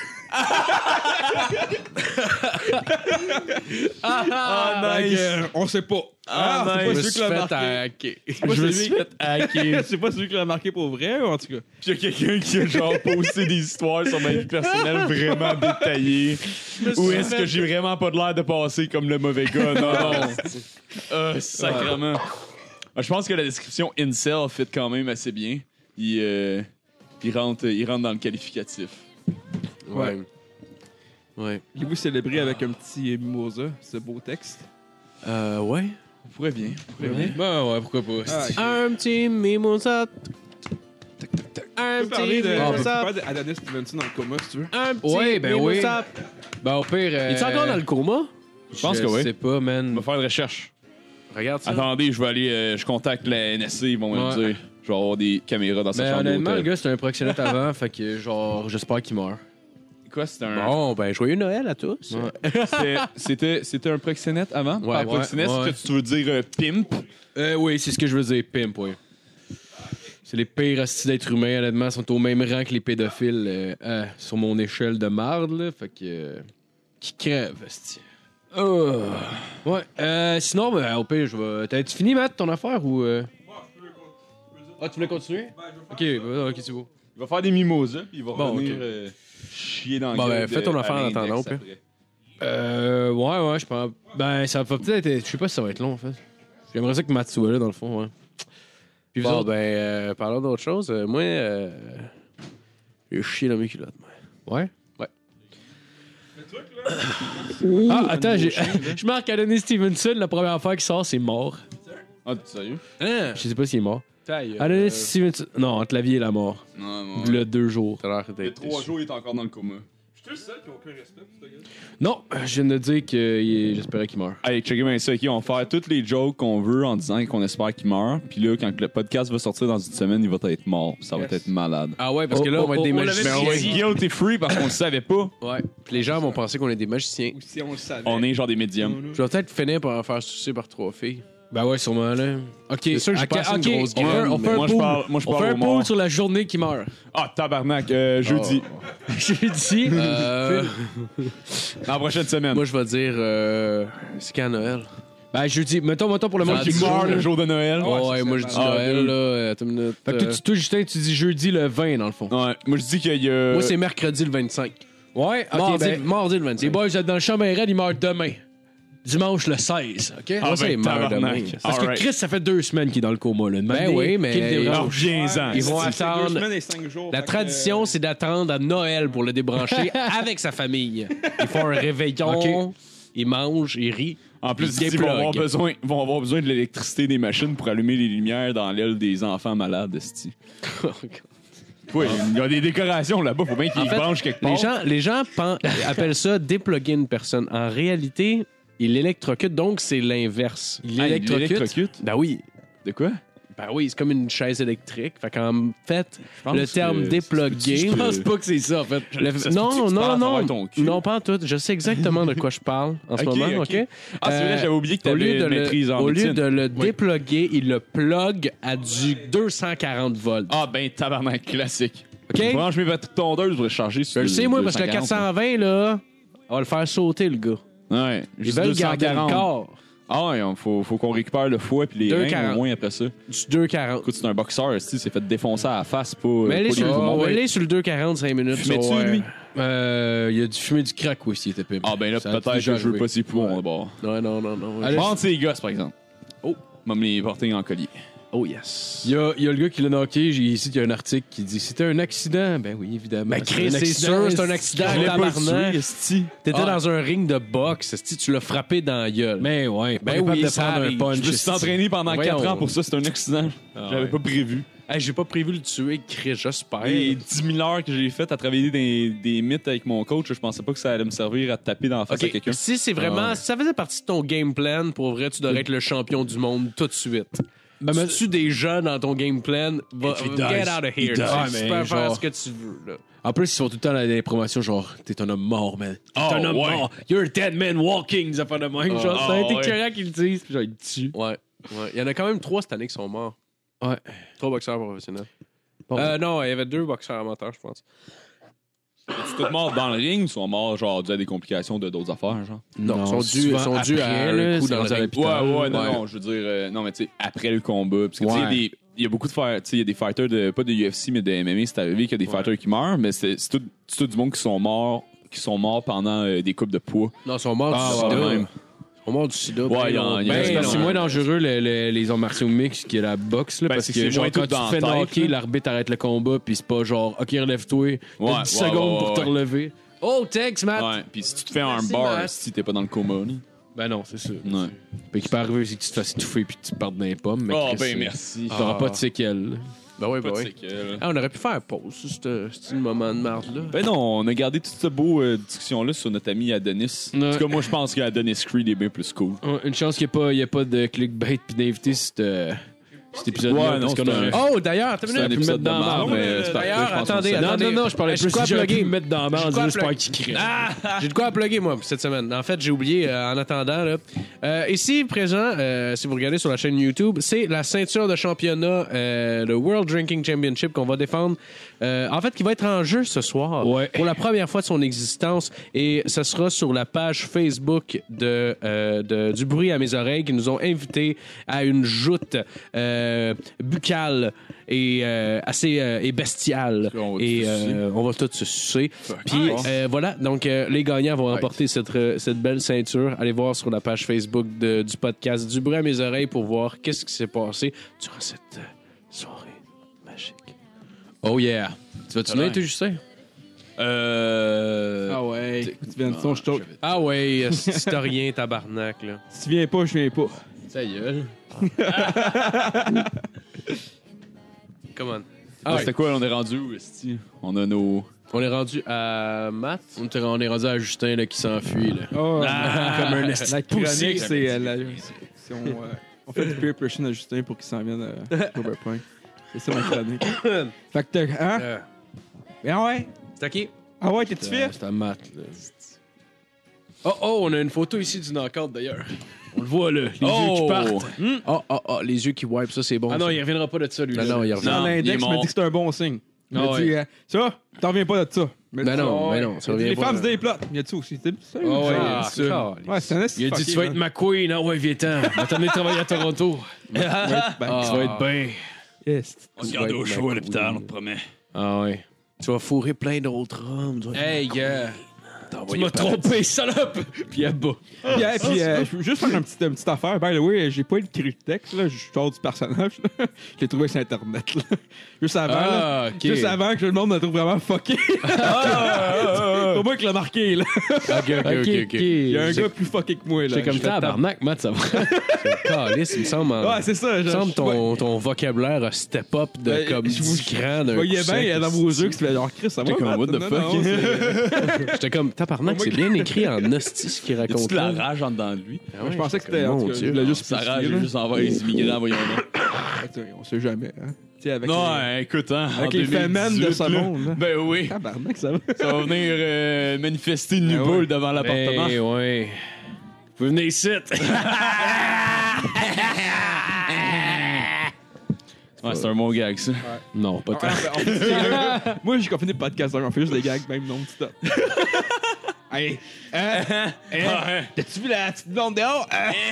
Nice. On sait pas. Ah, c'est nice. pas celui qui l'a marqué. Je me suis fait hacker. C'est pas celui qui l'a marqué pour vrai, en tout cas. Puis il y a quelqu'un qui a genre posté des histoires sur ma vie personnelle vraiment détaillées. Ou est-ce que j'ai vraiment pas de l'air de passer comme le mauvais gars? Non. Sacrément. Je pense que la description incel fit quand même assez bien. Il rentre dans le qualificatif. Ouais. Ouais. Voulez-vous célébrer avec un petit mimosa, ce beau texte? Ouais. On pourrait bien. Ben ouais, pourquoi pas. Un petit mimosa. Un On peut parler petit de mimosa. Adonis Stevenson dans le coma, si tu veux. Un petit Ouais, ben oui. mimosa. Ben au pire. Es-tu encore dans le coma? Je pense que oui. Je sais pas, On man. va faire une recherche. Regarde ça. Attendez, je vais aller. Je contacte la NSC, ils vont me Ouais. dire. Je vais avoir des caméras dans sa Ben chambre honnêtement, le d'hôtel. gars, c'était un proxénète avant, fait que genre, j'espère qu'il meurt. Quoi, c'était un. Bon, ben, joyeux Noël à tous. Ouais. C'était un proxénète avant? Ouais, Par proxénète, ouais. est-ce que tu veux dire pimp? Oui, c'est ce que je veux dire, pimp, oui. C'est les pires hosties d'êtres humains, honnêtement, sont au même rang que les pédophiles sur mon échelle de marde, là. Fait que. Qui crève, hostie. Ouais. Sinon, ben, au pire, je vais. T'as-tu fini, Matt, ton affaire ou. Ah, tu voulais continuer? Ok, c'est beau. Il va faire des mimosas, puis il va Bon, revenir ok. chier dans le Bon, gueule ben, fais ton de affaire en Alain attendant, Dex au après. Ouais, je pense. Ben, ça va peut-être être. Je sais pas si ça va être long, en fait. J'aimerais ça que Matt soit là, dans le fond, ouais. Puis vous Bon, autres? ben, parlons d'autre chose. Moi, j'ai chié dans mes culottes. Moi. Ouais? Ouais. Ah, attends, je marque Adonis Stevenson, la première affaire qui sort, c'est mort. Ah, t'es sérieux? Hein? Je sais pas s'il est mort. Taille. Adonis Stevenson. Non, entre la vie et la mort. Non, Le 2 jours. T'as l'air Il y a d'être 3 jours, il est encore dans le coma. Je C'est ça qui a aucun respect pour ce gars. Non, je viens de dire que j'espérais qu'il meure. Hey, checkez bien ça, OK? On va faire toutes les jokes qu'on veut en disant qu'on espère qu'il meurt. Puis là, quand le podcast va sortir dans une semaine, il va être mort. Ça va être malade. Ah ouais, parce que là, on va être des Mais magiciens. on va être guilty free parce qu'on le savait pas. Ouais. Puis les gens vont penser qu'on est des magiciens. Ou si on le savait. On est genre des médiums. Je vais peut-être finir par en faire sucer par 3 filles. Ben ouais, sûrement, là. OK. C'est sûr que j'ai pas assez une grosse graine, on fait un Moi, je pool. parle On fait un au pool mort. sur la journée qui meurt. Ah, tabarnak, jeudi. Jeudi. Dans la prochaine semaine. Moi, je vais dire... c'est quand Noël? Ben, jeudi. Mettons pour le monde qui qui meurt. meurt le jour de Noël. Ouais, moi, je dis Noël, là. Attends une minute. Fait que toi, Justin, tu dis jeudi le 20, dans le fond. Ouais. Moi, je dis qu'il y a. Moi, c'est mercredi le 25. Ouais, OK. Mardi, Ben, mardi le 25. les boys, vous êtes dans le champ raide, ils meurent demain. Dimanche le 16, OK? Ah, Moi, ça, il meurt tabarnak. demain. Parce que Alright. Chris, ça fait 2 semaines qu'il est dans le coma, là. Ben oui, mais- Alors, reviens-en. Ils vont C'est attendre... 2 semaines et 5 jours. La fait que, tradition, c'est d'attendre à Noël pour le débrancher avec sa famille. Ils font un réveillon, OK. ils mangent, ils rient. En plus, Ils ils vont avoir, dépluguent. besoin de l'électricité des machines pour allumer les lumières dans l'aile des enfants malades, esti. Oui, il y a des décorations là-bas, faut bien qu'ils En fait, branchent quelque part. Les gens appellent ça dépluguer une personne. En réalité, ils l'électrocutent, donc c'est l'inverse. Il Ah, il électrocute. l'électrocute? Ben oui. De quoi? Ben oui, c'est comme une chaise électrique. Fait qu'en fait, pense le terme que- dépluguer... Je pense pas que c'est ça, en fait. Ça se Non, peut-tu que tu parles à non, travers ton cul? non, pas en tout. Je sais exactement de quoi je parle en ce Ok, moment, ok. OK? Ah, c'est vrai, j'avais oublié que tu Au lieu avais de une maîtrise en Au lieu médecine. de le dépluguer, il le plug à du 240 volts. Ah, ben, tabarnak, classique. OK? Branche mes batteries de tondeuse pour le charger sur Je le sais, moi, parce que le 240. 420, là, on va le faire sauter, le gars. Ouais, Ils juste veulent garder le 240. corps. Ah ouais, faut qu'on récupère le foie puis les reins 240. au moins après ça. Du 240. Écoute, c'est un boxeur, esti, il s'est fait défoncer à la face, pas Mais allez pas sur, les poumons. allez sur le 240 5 minutes. Fumais-tu, ça va, lui? Il a dû fumer du crack aussi, il était pire. Ah ben là, Ça a peut-être déjà que je veux arrivé. pas ses poumons d'abord. Non. Allez, Je pense les gosses, par exemple. Oh. Va me les porter en collier. Oh yes. Il y a le gars qui l'a knocké. Ici, il y a un article qui dit c'était un accident. Ben oui, évidemment. Ben, Chris, un c'est accident. sûr, c'est un accident. Je l'ai pas tabarnak. tué, esti. T'étais Ah. dans un ring de boxe. esti, tu l'as frappé dans la gueule. Ben ouais. Ben Pas capable oui, de ça prendre un arrive. punch. Je me suis entraîné pendant Voyons. 4 ans pour ça, c'est un accident. J'avais ouais. pas prévu. Hey, j'ai pas prévu le tuer, Chris, j'espère. Les 10 000 heures que j'ai faites à travailler des mythes avec mon coach, je pensais pas que ça allait me servir à taper dans la face à OK, quelqu'un. si c'est vraiment... Si ça faisait partie de ton game plan, pour vrai, tu devrais être le champion du monde tout de suite. Ben, Si tu tues des gens dans ton game plan, get out of here. does. Tu Ouais, peux mais faire genre- ce que tu veux. Là. En plus, ils sont tout le temps dans les promotions, genre, t'es un homme mort, man. T'es Oh, un homme ouais. mort. You're a dead man walking, ça fait de même. Genre, Oh, ça a été ouais. écœurant qu'ils le disent. Puis genre, ils le tuent. Ouais. Il y en a quand même 3 cette année qui sont morts. Ouais. 3 boxeurs professionnels. Bon. Non, il y avait 2 boxeurs amateurs, je pense. Ils sont tous morts dans le ring, ils sont morts genre dû à des complications de d'autres affaires, genre. Non, ils sont souvent dus à après, un là, coup c'est dans le rendu à ring. l'hôpital. Ouais, non, je veux dire, non, mais tu sais, après le combat, parce que tu sais, Ouais. il y a beaucoup de fighters, tu sais, il y a des fighters de, pas de UFC, mais de MMA, c'est arrivé qu'il y a des fighters qui meurent, mais c'est tout du monde qui sont morts pendant des coupes de poids. Non, ils sont morts Ah, du ouais, sida. même. Ils sont morts du sida. Ouais, il y en a- Ben, non, c'est moins dangereux les arts martiaux mixtes que la boxe, là, Ben, parce c'est que, que c'est genre, moins quand tout tu dans te fais la tête, knocker, là. l'arbitre arrête le combat, puis c'est pas genre, OK, relève-toi, t'as Ouais, 10 ouais, secondes ouais, pour te ouais. relever. Oh, thanks, Matt! Ouais, puis si tu te fais un Merci, bar, Matt. si t'es pas dans le coma, là. Ben non, c'est sûr. Ouais. Puis qui peut arriver, c'est que tu te fasses étouffer puis que tu partes dans les pommes. Mais Oh, Chris, ben merci. T'auras pas de séquelles. Ben oui, Pas ben de oui. séquelles. Ah, on aurait pu faire pause, ce moment de marde-là. Ben non, on a gardé toute cette beau discussion-là sur notre ami Adonis. Ouais. En tout cas, moi, je pense qu'Adonis Creed est bien plus cool. Une chance qu'il n'y a pas de clickbait puis d'inviter cet épisode-là. Ouais, parce non, qu'on c'est aurait- un- Oh, d'ailleurs, attends une C'est un minute. épisode de mettre dans la marde, marde, mais c'est parfait, d'ailleurs, je pense attendez, qu'on le sait. Non, je parlais J'ai de plus quoi si j'aurais pu plugger. me mettre dans la J'ai de marde, quoi j'espère plugger. qu'il crée. J'ai de quoi à plugger, moi, cette semaine. En fait, j'ai oublié en attendant. Là. Ici, présent, si vous regardez sur la chaîne YouTube, c'est la ceinture de championnat, le World Drinking Championship qu'on va défendre. En fait, qui va être en jeu ce soir. Ouais. Pour la première fois de son existence. Et ce sera sur la page Facebook du bruit à mes oreilles qui nous ont invités à une joute buccale et assez et bestiale. On va Et tous se sucer. on va tous se sucer. Puis voilà, donc les gagnants vont remporter cette belle ceinture. Allez voir sur la page Facebook du podcast Du bruit à mes oreilles pour voir qu'est-ce qui s'est passé durant cette soirée magique. Oh yeah. Tu vas-tu venir, toi, Justin? ouais. Tu viens de son, je t'ouvre. Ah ouais, historien tabarnak, là. Si tu viens pas, je viens pas. Ta gueule. Come on. Ah, c'était quoi, là, on est rendu où, esti? On a nos On est rendu à Matt. On est rendu à Justin là, qui s'enfuit. Là. Oh, Comme un esti la de poussé. chronique, c'est on fait du peer pressure à Justin pour qu'il s'en vienne à Overpoint. C'est ça ma chronique. Fait que t'as... Hein? Ben ouais. C'est OK? Ah ouais, t'es-tu fier? C'est à Matt. Là. Oh, on a une photo ici du knockout d'ailleurs. On le voit là, les yeux qui partent. Les yeux qui wipe, ça, c'est bon. Ah non, ça. il reviendra pas de ça, lui. Non, il revient. Non, L'index il est m'a mort. dit que c'était un bon signe. Il m'a Ah dit, ça, t'en reviens pas de ça. Ben non, ça revient Les pas. femmes, c'est des plots. Il y a ça aussi. C'est ça. Ah ouais, Ah, c'est ça. Ouais, c'est un esti Il a dit fucké, tu vas man. être ma queen, ah ouais, viens-t'en. Va t'amener travailler à Toronto. Ben, Tu vas être bien. yes. On se garde au chaud à l'hôpital, on te promet. Ah ouais. Tu vas fourrer plein d'autres hommes. Hey gars, tu m'as trompé, salope. Puis elle bat. Puis, je veux juste faire une petite affaire. By the way, j'ai pas écrit le texte, là. Je sors du personnage, là. Je l'ai trouvé sur Internet, là. Juste avant, là. Ah, ok. Juste avant que le monde me trouve vraiment fucké. C'est moi qui l'a marqué, là. Ok. Il y a un gars plus fucké que moi, là. C'est comme Je fais tabarnak, Matt, ça va. Calice, il me semble. Ouais, c'est ça. Il me semble ton vocabulaire a step up de Ben, comme je vous- 10 crans d'un Vous voyez coup bien sec. dans vos yeux que c'est genre Chris, ça va. J'étais comme, Matt? what the Non, fuck? non, c'est- J'étais comme, tabarnak, c'est bien écrit en hostie ce qu'il Y a-tu raconte. de la là. rage en dedans de lui? Ah ouais, Je pensais que j'étais c'était. comme, En tout mon cas, Dieu. je voulais juste Sa rage spécifier, est là. juste envers les immigrants, voyons donc. Attends, on sait jamais, hein. Tu sais, avec Non, les- écoute, hein. avec en les phénomènes de 2018, ce là. monde, là. Ben oui. Tabarnak, ça va. Ça va venir manifester une Ben boule ouais. devant l'appartement. Ben ouais. Vous venez ici. Ouais, c'est un bon gag, ça. Non, pas tant. En fait, moi, j'ai confiné le podcast, on fait juste des gags, même non-stop. Hey, t'as-tu vu la petite blonde dehors?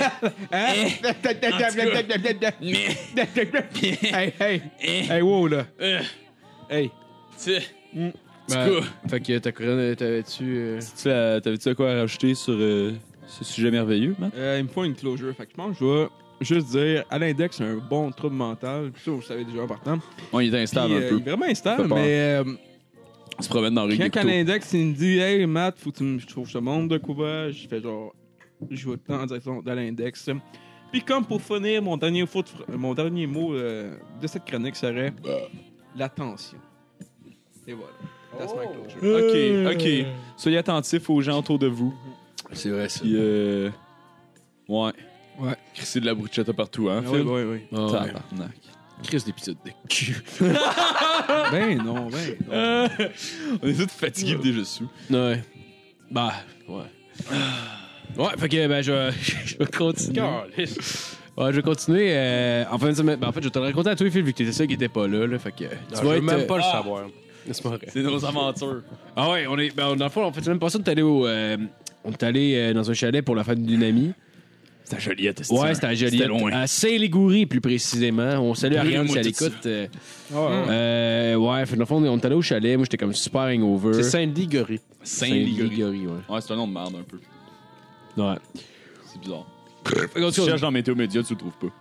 Hey, wow, là. Hey. Ben, fait que t'avais-tu. T'avais-tu à quoi rajouter sur ce sujet merveilleux, Matt? Il me faut une closure. Fait que je pense que je vais juste dire, à l'index, c'est un bon trouble mental. Puis ça, vous le savez déjà en partant. On est instable Puis, un il est peu. vraiment instable, Fait peur. mais On se promène dans le quand rue. à l'index, il me dit, hey Matt, faut que tu me trouves ce monde de couvage, je fais genre, je vais en direction de l'index. Puis comme pour finir, mon dernier mot de cette chronique serait l'attention. Et voilà. That's my closure. OK. Soyez attentifs aux gens autour de vous. C'est vrai, ça. Puis, ouais. Ouais. Crisser de la bruschetta partout, hein, Oui, Phil? oui, oui. Ah ouais. Tabarnak. Crise d'épisode de cul. Ben non, ben non. On est tous fatigués pis déjà sous. Ouais. Bah, ouais. Ouais, fait que, ben, je vais continuer. Ouais, je vais continuer. En fait, je vais te le raconter à toi, Phil, vu que t'étais seul qui était pas là. Fait que, Tu vas même pas le savoir. C'est pas vrai. C'est nos aventures. Ah ouais, on est. Ben, dans le fond, en fait, semaine passée, on est allé on est allé dans un chalet pour la fête d'une amie. C'était à Joliette, Ouais, c'était à Joliette. C'était loin. À Saint-Légoury, plus précisément. On salue Ariane si elle écoute. Ouais, fait, dans le fond, on est allé au chalet. Moi, j'étais comme super hangover. C'est Saint-Liguori. Saint-Ligury, ouais. Ouais, c'est un nom de merde un peu. Ouais. C'est bizarre. Fait qu'on- Si tu cherches dans Météo Média, tu le trouves pas.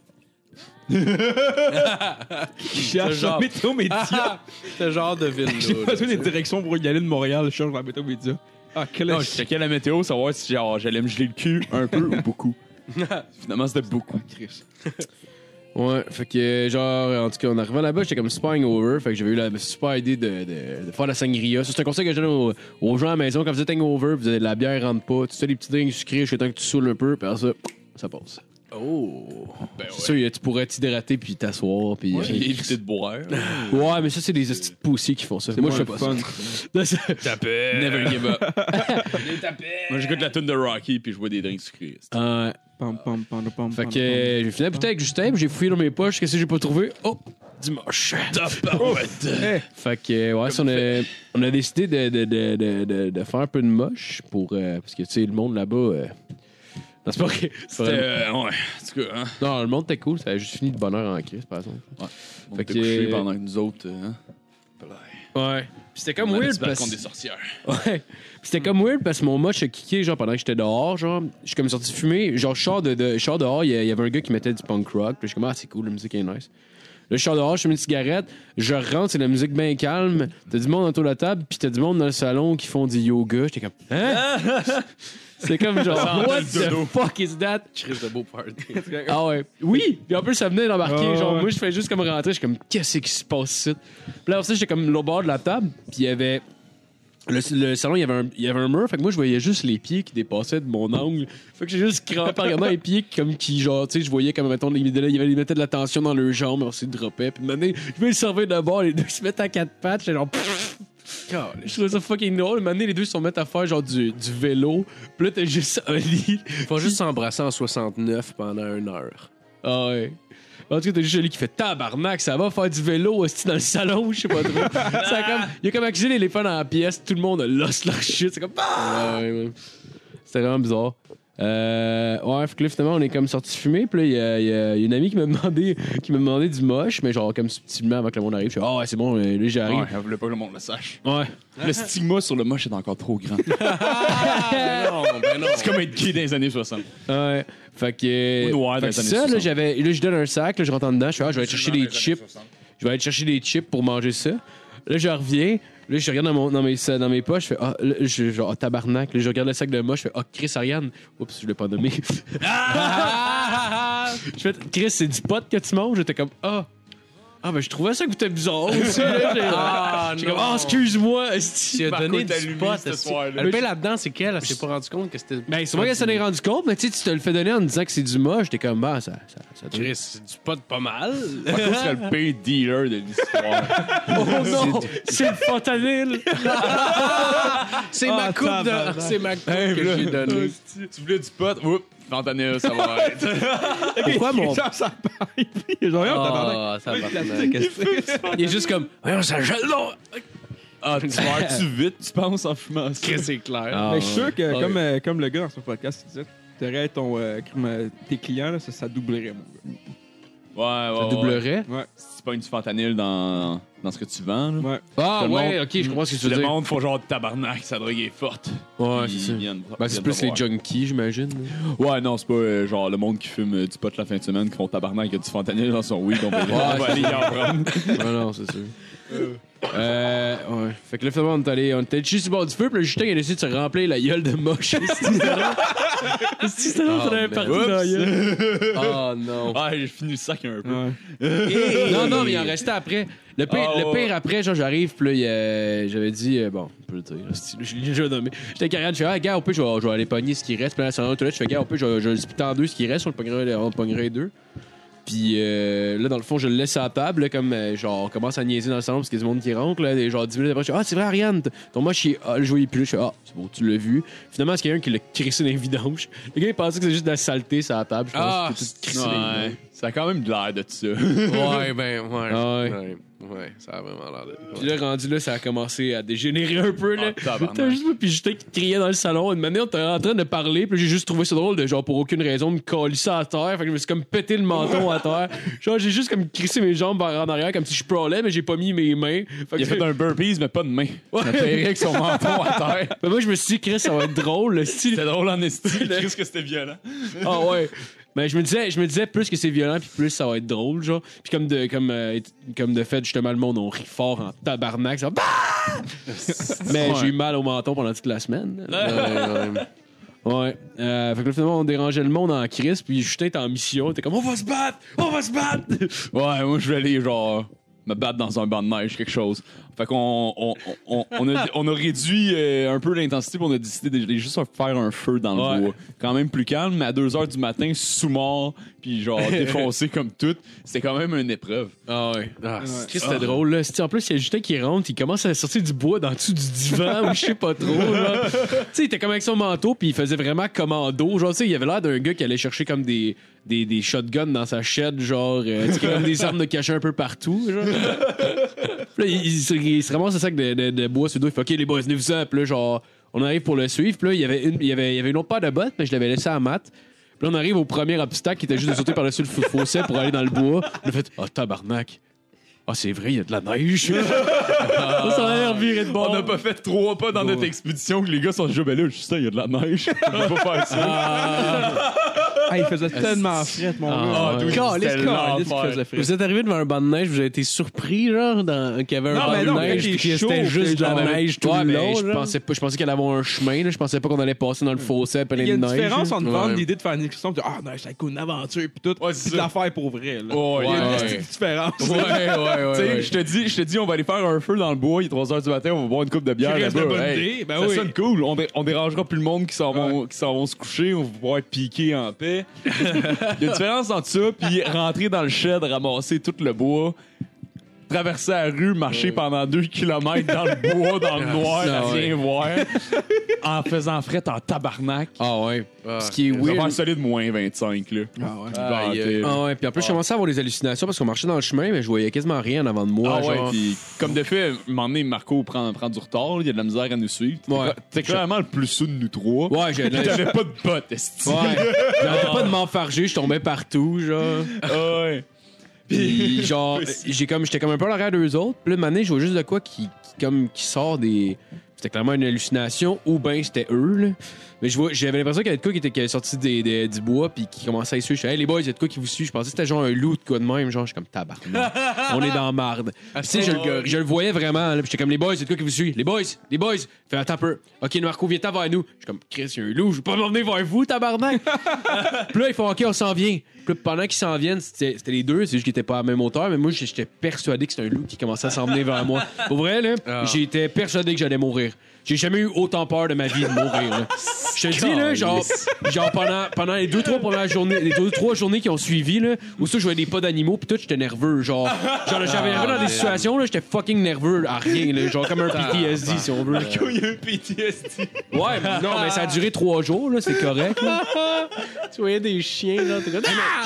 Je cherche genre- sur Météo Média. Ce genre de ville. J'ai pas besoin des directions pour y aller de Montréal. Je cherche dans Météo Média. Ah, quel Non, je checkais la météo, savoir si genre, j'allais me geler le cul un peu ou beaucoup. Finalement, c'était beaucoup. Chris. Ouais, fait que genre, en tout cas, en arrivant là-bas, j'étais comme super hangover. Fait que j'avais eu la super idée de faire la sangria. Ça, c'est un conseil que je donne aux gens à la maison. Quand vous êtes hangover, vous avez de la bière, rentre pas. Tu sais, les petits drinks sucrés jusqu'à temps que tu saoules un peu. Puis après ça passe. Oh. C'est sûr, tu pourrais t'hydrater puis t'asseoir. Puis, Éviter de boire. ouais, mais ça, c'est des petits poussiers qui font ça. Moi, je fais pas fun. ça. Tapé. Never give up. Moi, j'écoute la tune de Rocky puis je bois des drinks sucrés. Pam, pam, pam, pam, Fait pam, que j'ai fini la bouteille avec Justin, puis j'ai fouillé dans mes poches. Qu'est-ce que j'ai pas trouvé? Oh! Dimanche. Fait que, ouais, ça, on a décidé de faire un peu de moche pour. Parce que, tu sais, le monde là-bas. Non, c'est pas vrai. C'était. Ouais, en tout cas, hein. Non, le monde était cool. Ça a juste fini de bonheur en crise, par exemple. On Fait était que- couchés pendant que nous autres. Hein. Ouais. Puis c'était comme On allait weird se battre parce contre des sorcières. Ouais. Puis c'était comme weird parce que mon moche a kické genre pendant que j'étais dehors, genre je suis comme sorti fumer, genre je sors dehors, il y avait un gars qui mettait du punk rock, puis je suis comme ah c'est cool, la musique est nice. je sors dehors, je fume une cigarette, je rentre, c'est de la musique bien calme. T'as du monde autour de la table, puis t'as du monde dans le salon qui font du yoga. J'étais comme, hein? C'est comme genre, what the fuck is that? Chris de beau party. Ah ouais. Oui! Puis en plus, ça venait d'embarquer. Ah, Genre, ouais. moi, je fais juste comme rentrer. Je suis comme, qu'est-ce qui se passe ici? Puis là, après ça, j'étais comme au bord de la table. Puis il y avait. Le salon, il y avait un mur. Fait que moi, je voyais juste les pieds qui dépassaient de mon angle. Fait que j'ai juste crampé en regardant les pieds comme qui, genre, tu sais, je voyais comme, mettons, ils mettaient de la tension dans leurs jambes. On s'est droppé. Puis maintenant, je vais le servir de bord. Les deux se mettent à quatre pattes. J'étais genre. Je trouvais ça fucking drôle. Maintenant, les deux se sont mis à faire genre du vélo. Puis là, t'as juste un lit. Ils font juste s'embrasser en 69 pendant 1 heure. Ah ouais. En tout cas, t'as juste lui qui fait tabarnak, ça va faire du vélo aussi dans le salon, je sais pas trop. Ça a comme, il y a comme accusé l'éléphant dans la pièce, tout le monde a lost leur shit. C'est comme. Ah! Ouais. C'était vraiment bizarre. Ouais, fait que là, finalement, on est comme sorti fumer. Puis là, il y a une amie qui m'a demandé du moche, mais genre comme subtilement avant que le monde arrive. Je fais, ah ouais, c'est bon, là, j'arrive. Ouais, elle voulait pas que le monde le sache. Ouais. Le stigma sur le moche est encore trop grand. Ben non. C'est comme être gay dans les années 60. Ouais. Fait que. Ou noir fait dans que les c'est années ça, 60. là, je donne un sac, là, je rentre en dedans. Je fais, je vais aller chercher des chips. Je vais aller chercher des chips pour manger ça. Là, je reviens. Là, je regarde dans mes poches. Je fais, genre, tabarnak. Là, je regarde le sac de moche. Je fais, Chris, Ariane. Oups, je l'ai pas nommé. Je fais, Chris, c'est du pot que tu manges. J'étais comme, ben, je trouvais ça goûtait bizarre aussi. J'ai comme, excuse-moi. Tu as donné Marco du t'a pot. allumé ce soir-là. Le pain là-dedans, c'est qu'elle s'est pas rendu compte que c'était. Ben, c'est moi qu'elle s'en est rendu compte, mais tu sais, tu te le fais donner en disant que c'est du moche. J'étais comme, ça Chris, c'est du pot pas mal. Marco serait le pire dealer de l'histoire. Oh non, c'est le fentanyl. C'est ma coupe de. C'est ma coupe que j'ai donnée. Tu voulais du pot, oups, fentanyl, ça va être. Pourquoi mon. Genre, ça part. Genre, tabarnak. Ça va. Il est juste comme. Voyons, ça gèle là. Ah, tu meurs-tu vite, tu penses, en fumant ça? Chris, c'est clair. Mais je suis sûr que, Ouais. comme le gars dans son podcast disait, t'aurais tes clients, là, ça doublerait, mon gars. Ouais. Ça doublerait? Ouais. Si tu pognes du fentanyl dans ce que tu vends, là. Ouais. Ah, Tout le ouais, monde- ok, je comprends ce que tu veux Le dire. monde font genre tabarnak, sa drogue est forte. Ouais, Ils c'est ça. viennent- Ben, c'est viennent plus le les voir. junkies, j'imagine. Ouais, non, c'est pas genre le monde qui fume du pot la fin de semaine qui font tabarnak, il y a du fentanyl dans son weed, on va aller y en prendre. Non, c'est sûr. Ouais. Fait que là, finalement, on est allé juste sur le bord du feu, puis le Justin, il a décidé de se remplir la gueule de moche. C'est drôle, ça avait parti dans la gueule. Oh non. Ah, j'ai fini le sac un peu. Ouais. Non, mais il en restait après. Le pire après, genre, j'arrive, puis là, j'avais dit, bon, on peut le dire, je l'ai déjà nommé. J'étais carré, je fais, gars, au pire, je vais aller pogner ce qui reste. Puis là, sur un toilette, je fais, gars, au pire, je vais le splitter en deux ce qui reste, on le pognerait deux. Puis là, dans le fond, je le laisse à la table, là, comme genre, on commence à niaiser dans le salon parce qu'il y a du monde qui rentre. Là, et genre 10 minutes après, je fais, c'est vrai, Ariane, ton moche, je voyais plus. Je fais, c'est bon, tu l'as vu. Finalement, c'est quelqu'un qui l'a crissé dans les vidanges. Le gars, il pensait que c'était juste de la saleté sur la table. Je pense que c'était tout crissé dans les vidanges. Ouais, ça a quand même de l'air de ça. Ouais, ben, ouais. Ah ouais. Ouais, ça a vraiment l'air de. Puis là, rendu là, ça a commencé à dégénérer un peu. Là. Ah, tabarnak. T'as juste moi, puis Justin qui criait dans le salon. Une manière, on était en train de parler, puis j'ai juste trouvé ça drôle de genre pour aucune raison me colisser à terre. Fait que je me suis comme pété le menton à terre. Genre, j'ai juste comme crissé mes jambes en arrière comme si je prolais, mais j'ai pas mis mes mains. Fait que Il a fait un burpees, mais pas de main. Ouais. Il a fait avec son menton à terre. Ben moi, je me suis dit, Chris, ça va être drôle. Le style. C'était drôle en estime. Qu'est-ce que c'était violent? Ah ouais. Ben je me disais plus que c'est violent puis plus ça va être drôle genre. Puis comme de fait justement le monde on rit fort en tabarnak ça. Mais j'ai eu mal au menton pendant toute la semaine. Ouais. Fait que là, finalement, on dérangeait le monde en crise, puis Justin était en mission. T'es comme, on va se battre! Ouais, moi, je vais aller, genre, me battre dans un banc de neige, quelque chose. Fait qu'on on a réduit un peu l'intensité, puis on a décidé de juste faire un feu dans le bois. Quand même plus calme, mais à 2h du matin, sous-mort, puis genre défoncé comme tout. C'était quand même une épreuve. Ah ouais. C'était drôle, là. En plus, il y a Justin qui rentre, il commence à sortir du bois dans dessous du divan, ou je sais pas trop, genre. Tu sais, il était comme avec son manteau, puis il faisait vraiment commando. Genre, tu sais, il avait l'air d'un gars qui allait chercher comme des shotguns dans sa shed, genre, tu sais, comme des armes de cachet un peu partout, genre. Puis là, il se ramasse un sac de bois sur le dos, il fait, OK, les boys, venez-vous-en. Puis là, genre, on arrive pour le suivre, puis là, il y avait une autre paire de bottes, mais je l'avais laissé à Matt. Puis là, on arrive au premier obstacle qui était juste de sauter par-dessus le fossé pour aller dans le bois. On a fait, tabarnak. C'est vrai, il y a de la neige. Ça a l'air viré de bord. On n'a pas fait 3 pas dans notre expédition que les gars sont déjà, là, juste ça, il y a de la neige. On va pas faire ça. Ah, il faisait tellement fret, mon gars. dude, Caliste, c'était caliste, l'enfer. qu'il faisait frais. Vous êtes arrivé devant un banc de neige, vous avez été surpris, genre, qu'il y avait un Non, banc mais de non, neige, mais puis que chaud, c'était juste de la genre, neige tout Ouais, le mais long. je genre. pensais qu'il allait avoir un chemin, là. Je pensais pas qu'on allait passer dans le fossé à plein de Il y a une neige. différence entre Ouais. vendre l'idée de faire une excursion et dire ah, non, ça coûte une aventure puis tout. Ouais, Puis c'est de ça. la faire pour vrai. Là. Ouais, Il y a une ouais. petite différence. Tu sais, je te dis, on va aller faire un feu dans le bois, il est 3h du matin, on va boire une coupe de bière Qui reste là-bas. de bonne Hey, idée, ben ça oui. sonne cool. On dérangera plus le monde qui s'en vont se coucher, on va pouvoir être piqué en paix. Il y a une différence entre ça puis rentrer dans le shed, ramasser tout le bois, traverser la rue, marcher pendant 2 km dans le bois, dans le noir, à rien voir, en faisant fret en tabarnak. Ah ouais. Ce qui est Ça va weird. faire solide moins 25, là. Ah ouais, puis en plus, je commençais à avoir des hallucinations parce qu'on marchait dans le chemin, mais je voyais quasiment rien en avant de moi. Ah ouais, genre. puis comme de fait, un moment donné, Marco prend du retard, il y a de la misère à nous suivre. Ouais. T'es clairement le plus sous de nous trois. Ouais, Puis t'avais pas de bottes, esti. Ouais. J'arrêtais pas de m'enfarger, je tombais partout, genre. Ouais. Puis genre, j'étais comme un peu à l'arrière d'eux autres. Puis là, une année, je vois juste de quoi qui sort des. C'était clairement une hallucination, ou ben c'était eux, là. Mais j'avais l'impression qu'il y avait de quoi qui était sorti du bois, puis qui commençait à suivre. Je disais, hey les boys, il y a de quoi qui vous suit. Je pensais que c'était genre un loup de quoi de même. Genre, je suis comme tabarnak. On est dans marde. Puis, tu sais, je le voyais vraiment, là. Puis j'étais comme, les boys, il y a de quoi qui vous suit. Les boys. Fais attends un peu. Ok, Marco, viens-t'en vers nous. Je suis comme, Chris, il y a un loup, je vais pas m'en venir vers vous, tabarnak. Puis là, ils font, ok, on s'en vient. Puis là, pendant qu'ils s'en viennent, c'était les deux, c'est juste qu'ils étaient pas à la même hauteur, mais moi, j'étais persuadé que c'était un loup qui commençait à s'en venir vers moi. Pour vrai, là, j'étais persuadé que j'allais mourir. J'ai jamais eu autant peur de ma vie de mourir, là. Je te dis, là, genre pendant les 2-3 premières journées, les 2-3 journées qui ont suivi, là, où ça, je voyais des pas d'animaux, pis tout, j'étais nerveux, genre j'avais dans des situations, là, j'étais fucking nerveux à rien, là, genre comme un PTSD, si on veut. Il y a un PTSD. Ouais, non, mais ça a duré 3 jours, là, c'est correct, là. Tu voyais des chiens, là, t'es comme...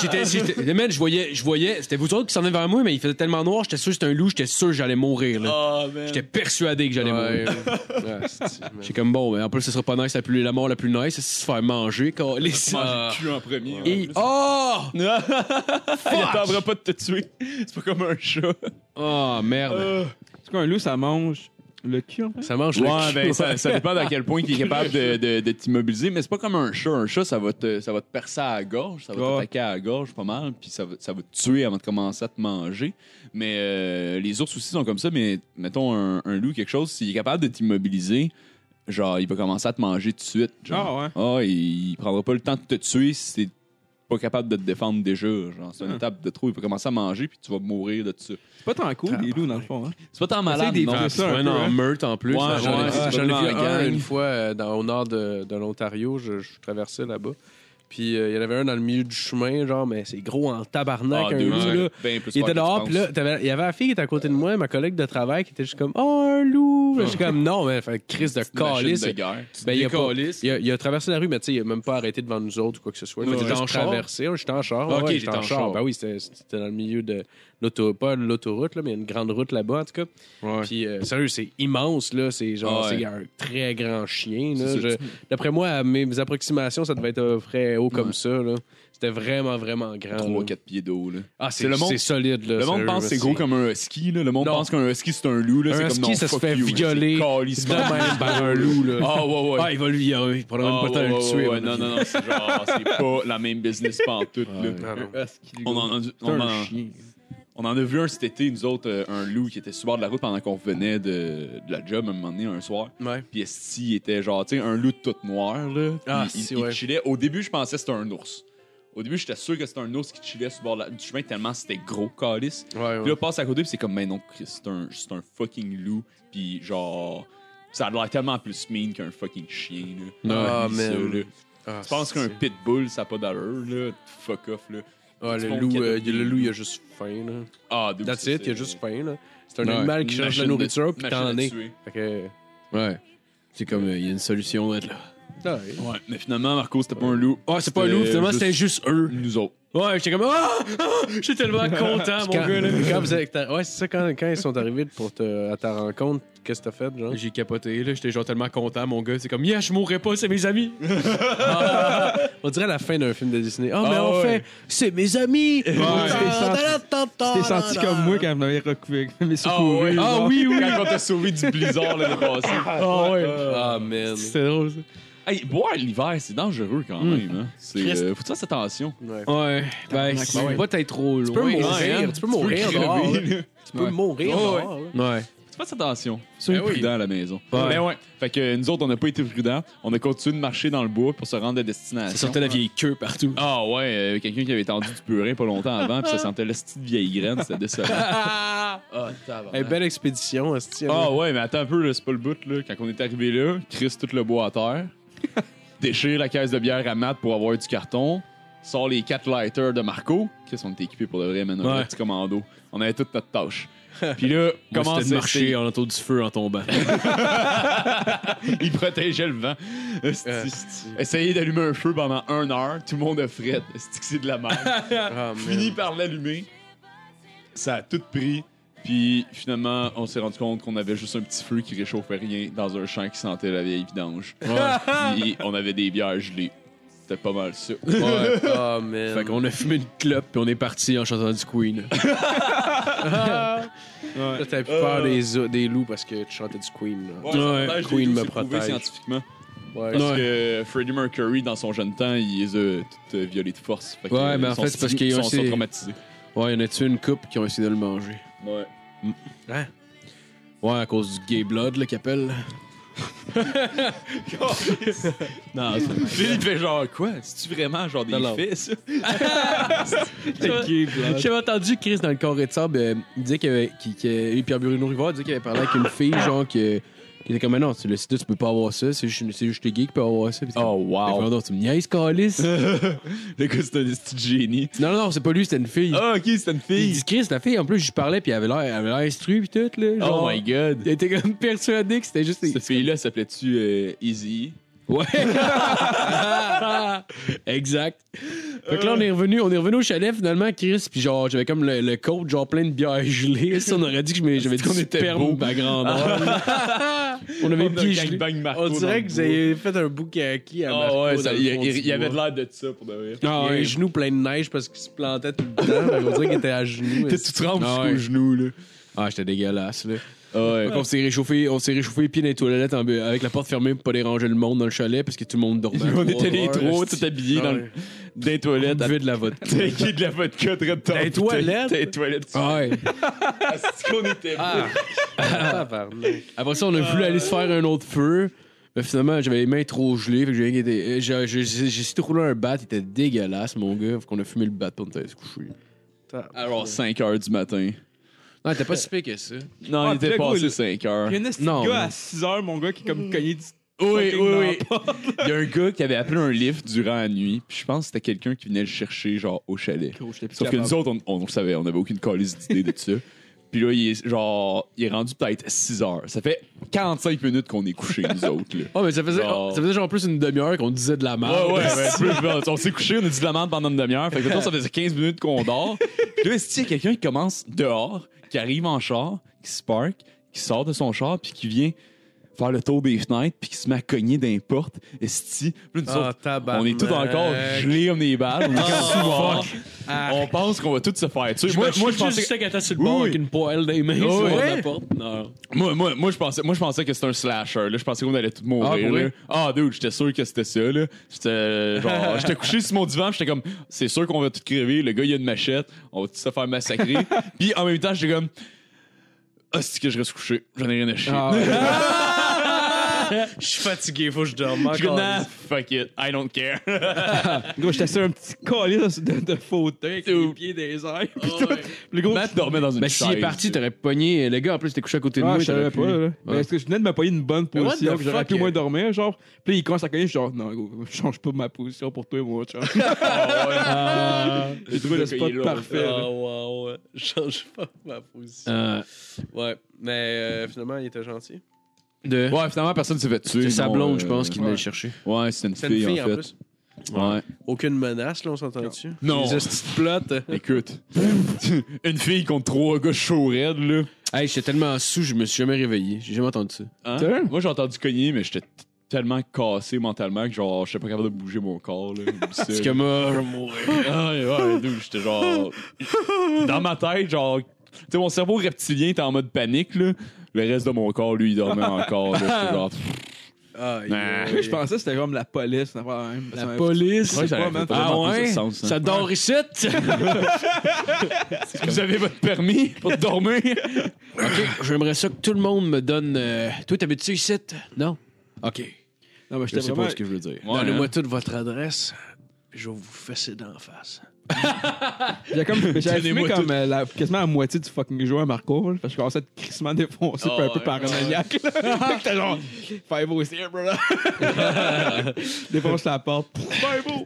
Man, je voyais, c'était vous autres qui s'en venaient vers moi, mais il faisait tellement noir, j'étais sûr que c'était un loup, j'étais sûr que j'allais mourir, là. Oh, man. J'étais persuadé que j'allais mourir. J'étais comme bon, mais en plus, ce sera pas nice, la mort la plus nice, c'est se faire manger, les Manger le cul en premier. Et... Oh! Il attendra pas de te tuer. C'est pas comme un chat. Oh, merde. C'est quoi, un loup, ça mange le cul, en fait? Ça mange le Ouais, cul. ben ça dépend à quel point il est capable de t'immobiliser, mais c'est pas comme un chat. Un chat, ça va te percer à la gorge, ça va t'attaquer à la gorge pas mal, puis ça va te tuer avant de commencer à te manger. Mais les ours aussi sont comme ça, mais mettons un loup, quelque chose, s'il est capable de t'immobiliser, genre, il va commencer à te manger tout de suite. Genre. Ah ouais? Il prendra pas le temps de te tuer si t'es pas capable de te défendre déjà. Genre, c'est une étape de trop. Il va commencer à manger, puis tu vas mourir de ça. C'est pas tant cool, les loups, dans le fond. Hein? C'est pas tant malade, Essaye non. d'éviter ça un Ouais, peu, en hein? meurtre en plus. Ouais, J'en ai- ouais, c'est J'en ai vu dans la un gang. une fois au nord de l'Ontario. Je traversais là-bas. Puis il y en avait un dans le milieu du chemin, genre, mais c'est gros en tabarnak, un dude, loup, ouais. là. Ben plus Il fort était que tu dehors, penses. puis là, il y avait la fille qui était à côté de moi, ma collègue de travail, qui était juste comme, oh, un loup. Je suis comme, non, mais fait crise de Une machine calice. de guerre. Ben, il a pas- Décalisse. il a traversé la rue, mais tu sais, il a même pas arrêté devant nous autres ou quoi que ce soit. Il Ouais, a t'étais juste en char? traversé. J'étais en char. Ok, ouais, t'étais j'étais en en char. char. Ben oui, c'était dans le milieu de pas l'autoroute, là, mais il y a une grande route là-bas, en tout cas. Ouais. Puis, sérieux, c'est immense, là. C'est genre, Ouais. c'est un très grand chien, là. C'est ça, D'après moi, à mes approximations, ça devait être très haut comme ça, là. C'était vraiment, vraiment grand. 3-4 pieds d'eau. Là. Ah, C'est le monde- c'est solide, là. Le monde sérieux, pense que c'est là, gros comme un husky. Là. Le monde Non. pense qu'un husky, c'est un loup. Là. Un c'est husky, comme, non, ça se fuck fait you, violer. c'est calissement de même par un loup, là. Ah, ouais. Ah, il prendra même pas le temps de le tuer. ouais, non, c'est genre, c'est pas la même business pas en tout. Là. Ah, non. On en a vu un cet été, nous autres, un loup qui était sur le bord de la route pendant qu'on revenait de la job un moment donné, un soir. Ouais. Puis esti, il était genre, tu sais, un loup tout noir, là. Ah, Puis si, il ouais. chillait. Au début, je pensais que c'était un ours. Au début, j'étais sûr que c'était un ours qui chillait sur le bord du chemin tellement c'était gros, calice. Ouais, Puis là, passe à côté, puis c'est comme, mais non, Chris, c'est un fucking loup. Puis genre, ça a l'air tellement plus mean qu'un fucking chien, là. Ah, Oublie ça, man. là. Ah, Tu penses qu'un c'est- pitbull, ça n'a pas d'allure, là? Fuck off, là. Ah, Tu le montres loup, qu'il y a de- le loup, il a juste faim, là. Ah, dude, That's ça, it, il a c'est- juste faim, là. C'est un Ouais. animal qui cherche de la Machine nourriture, puis machine t'en à es. tuer. Fait que... Ouais. C'est comme, il y a une solution là. Ah, ouais. Ouais, mais finalement, Marco, c'était pas un loup. Ah, c'est pas un loup, finalement, c'était juste eux. Nous autres. Ouais, j'étais comme, j'étais tellement content, mon Quand, gars, là. quand vous êtes- ouais, c'est ça, quand ils sont arrivés à ta rencontre, qu'est-ce que t'as fait, genre? J'ai capoté, là. J'étais genre tellement content, mon gars. C'est comme, yeah, je mourrais pas, c'est mes amis. On dirait la fin d'un film de Disney. Oh, mais Ah, on ouais. fait, c'est mes amis! Tu t'es senti comme moi quand je m'avais mes secouru. Ah oui. Quand on t'a sauvé du blizzard l'année passée. Ah ouais. Ah, man. C'était drôle, ça. Hey, boire l'hiver, c'est dangereux quand même. Hein? Faut que tu fasses attention. Ouais. Ben, c'est pas être trop Tu peux loin. mourir. Tu peux mourir dehors. crever, là. là. Tu peux mourir dehors. là. Ouais. Faites attention. Soyez oui. prudents à la maison. Ouais. Mais ouais. Fait que nous autres, on n'a pas été prudents. On a continué de marcher dans le bois pour se rendre à destination. Ça sortait la vieille queue partout. Ah ouais, quelqu'un qui avait tendu du purin pas longtemps avant, puis ça sentait la petite vieille graine, c'était décevant. Hey, belle expédition, hostie. Ah ouais, mais attends un peu, là, c'est pas le bout. Là. Quand on est arrivé là, Chris tout le bois à terre, déchire la caisse de bière à Matt pour avoir du carton, sort les 4 lighters de Marco. Chris, on était équipés pour de vrai, maintenant, un petit commando. On avait toute notre tâche. Puis là, comment c'était de marcher en autour du feu en tombant. Il protégeait le vent. Essayer d'allumer un feu pendant 1 heure, tout le monde a fret. C'est de la merde. Fini par l'allumer. Ça a tout pris. Puis finalement, on s'est rendu compte qu'on avait juste un petit feu qui réchauffait rien dans un champ qui sentait la vieille vidange. Puis on avait des bières gelées. C'était pas mal ça. Ouais. Oh, man. Fait qu'on a fumé une clope puis on est parti en chantant du Queen. Là, t'avais pu faire des loups parce que tu chantais du Queen. Là. Ouais, Queen me c'est prouvé protège. scientifiquement. Ouais. Parce que Freddie Mercury, dans son jeune temps, il les a toutes violées de force. Fait que, Ouais, mais en fait, c'est parce qu'ils ont sont essayé- traumatisés. Ouais, il y en a tué une couple qui ont essayé de le manger. Ouais. Ouais, à cause du gay blood, là, qu'ils appellent. Non, Puis il fait genre quoi? C'est-tu vraiment genre des Non. faits, ça? J'avais entendu Chris dans le carré de sable, il disait qu'il Pierre-Bruno Rivard disait qu'il avait parlé avec une fille, genre, qui était comme, non, le sida, tu peux pas avoir ça, c'est juste les gays qui peuvent avoir ça. Puis Oh, wow. non, tu me niaises, Calice. Le gars, c'est un petit génie. Non, c'est pas lui, c'était une fille. Ah, ok, c'est une Il fille. dit, Chris, la fille, en plus, je parlais, puis elle avait l'air instruit, puis tout, là. Genre, Oh my god. il était comme persuadé que c'était juste. Cette fille-là s'appelait-tu Easy? Ouais. Exact. Fait que là, on est revenu au chalet, finalement, Chris, puis genre, j'avais comme le coat, genre plein de bières gelées. Ça, on aurait dit que j'avais qu'on du était sperme beau. à grandeur. On avait les pieds gelés. On dirait que vous avez fait un boucaki à Marco. Ah ouais, dans le fond il du y avait de bois. l'air de ça pour de vrai. Ah Il a ouais. les genoux pleins de neige parce qu'il se plantait tout le temps. On dirait qu'il était à genoux. Tu trembles Ah jusqu'aux ouais. genoux, là. Ah, j'étais dégueulasse, là. Ouais. Fait qu'on s'est réchauffé les pieds dans les toilettes avec la porte fermée pour pas déranger le monde dans le chalet parce que tout le monde dormait. On était les trois, tout tout habillés dans les toilettes. On buvait de la vodka. Qui de la vodka très tard. Dans les toilettes? Dans les toilettes. Ouais. C'est qu'on était Après ça, on a voulu aller se faire un autre feu. Mais finalement, j'avais les mains trop gelées. Fait que j'ai essayé de rouler un bat. Il était dégueulasse, mon gars. Fait qu'on a fumé le bat pour nous aller se coucher. Alors, 5 heures du matin. Non, t'es pas si pire que ça. Non, Ah, il était puis le gars, passé il- 5 heures. Il y a un esti Non, de gars mais- à 6 heures, mon gars, qui est comme cogné du. Oui, fucking oui, dans oui. la porte. Il y a un gars qui avait appelé un lift durant la nuit. Puis je pense que c'était quelqu'un qui venait le chercher, genre, au chalet. Sauf que nous autres, on le savait, on avait aucune calice d'idée de ça. Puis là, il est rendu peut-être 6 heures. Ça fait 45 minutes qu'on est couchés, nous autres. Là. Oh, mais ça faisait genre plus une demi-heure qu'on disait de la merde. On s'est couché, on a dit de la merde pendant une demi-heure. Fait que toi, ça faisait 15 minutes qu'on dort. Puis là, est-ce qu'il y a quelqu'un qui commence dehors, qui arrive en char, qui se parque, qui sort de son char, puis qui vient faire le tour des fenêtres, puis qui se met à cogner dans les portes. Est-ce que nous autres, on est tous encore gelés comme des balles. On est comme fuck. On pense qu'on va tous se faire tuer. Moi, je pensais qu'elle était sur le bord avec une poêle dans les mains Oh, sur ouais. la porte. Non. Moi, je pensais que c'était un slasher. Là. Je pensais qu'on allait tous mourir. Ah, pour vrai? Là. Ah, dude, j'étais sûr que c'était ça. Là. J'étais couché sur mon divan, j'étais comme, c'est sûr qu'on va tous crever. Le gars, il a une machette. On va tous se faire massacrer. Puis en même temps, j'étais comme, ah, c'est que je reste couché. J'en ai rien à chier. Je suis fatigué, faut que je dorme Je suis comme, encore. nah, fuck it, I don't care. Gros, j'étais sur un petit calice de fauteuil avec les pieds des airs. Puis tout. Puis le gros. Matt dormait dans une Ben, chaise. s'il est parti, t'aurais pogné. Le gars, en plus, t'es couché à côté de Ah, moi. je savais t'aurais pas, pu- là. Ouais. Mais est-ce que je venais de me payer une bonne what position, the que j'aurais fuck, pu au moins dormir, genre. Puis là, il commence à cogner, je suis genre, non, gros, je change pas ma position pour toi, moi, chum. J'ai trouvé le spot parfait. là. Ah, ouais. Je change pas ma position. Ouais. Mais finalement, il était gentil. Ouais, finalement, personne s'est fait tuer. C'est sa non, blonde, je pense, qui venait ouais. le chercher. Ouais, c'était une C'est une fille, en en fait. plus. Ouais. Aucune menace, là, on s'entend dessus. Non. Les petites plottes. Écoute, une fille contre 3 gars chauds raides, là. Hey, j'étais tellement sous, je me suis jamais réveillé. J'ai jamais entendu ça. Hein? Sérieux? Moi, j'ai entendu cogner, mais j'étais tellement cassé mentalement que genre, je sais pas capable de bouger mon corps, là. C'est comme, je vais mourir. Ouais, dude, j'étais genre. Dans ma tête, genre. Tu sais, mon cerveau reptilien était en mode panique, là. Le reste de mon corps, lui, il dormait encore, là. J'étais genre. Je pensais que c'était comme la police. La police? Ouais, ça man. Ah ouais? sens, Ça dort ici? Vous avez votre permis pour dormir? OK, j'aimerais ça que tout le monde me donne... Toi, t'habites-tu ici? Non? OK. Non, mais Je j'étais sais vraiment... pas ce que je veux dire. Donnez-moi toute votre adresse, puis je vais vous fesser d'en face. J'avais fumé comme quasiment la moitié du fucking jeu à Marco, là, parce que je commençais à être crissement défoncé puis un peu paranoïaque. J'étais genre, Five-O, c'est here, bro. Défonce la porte. Five-O!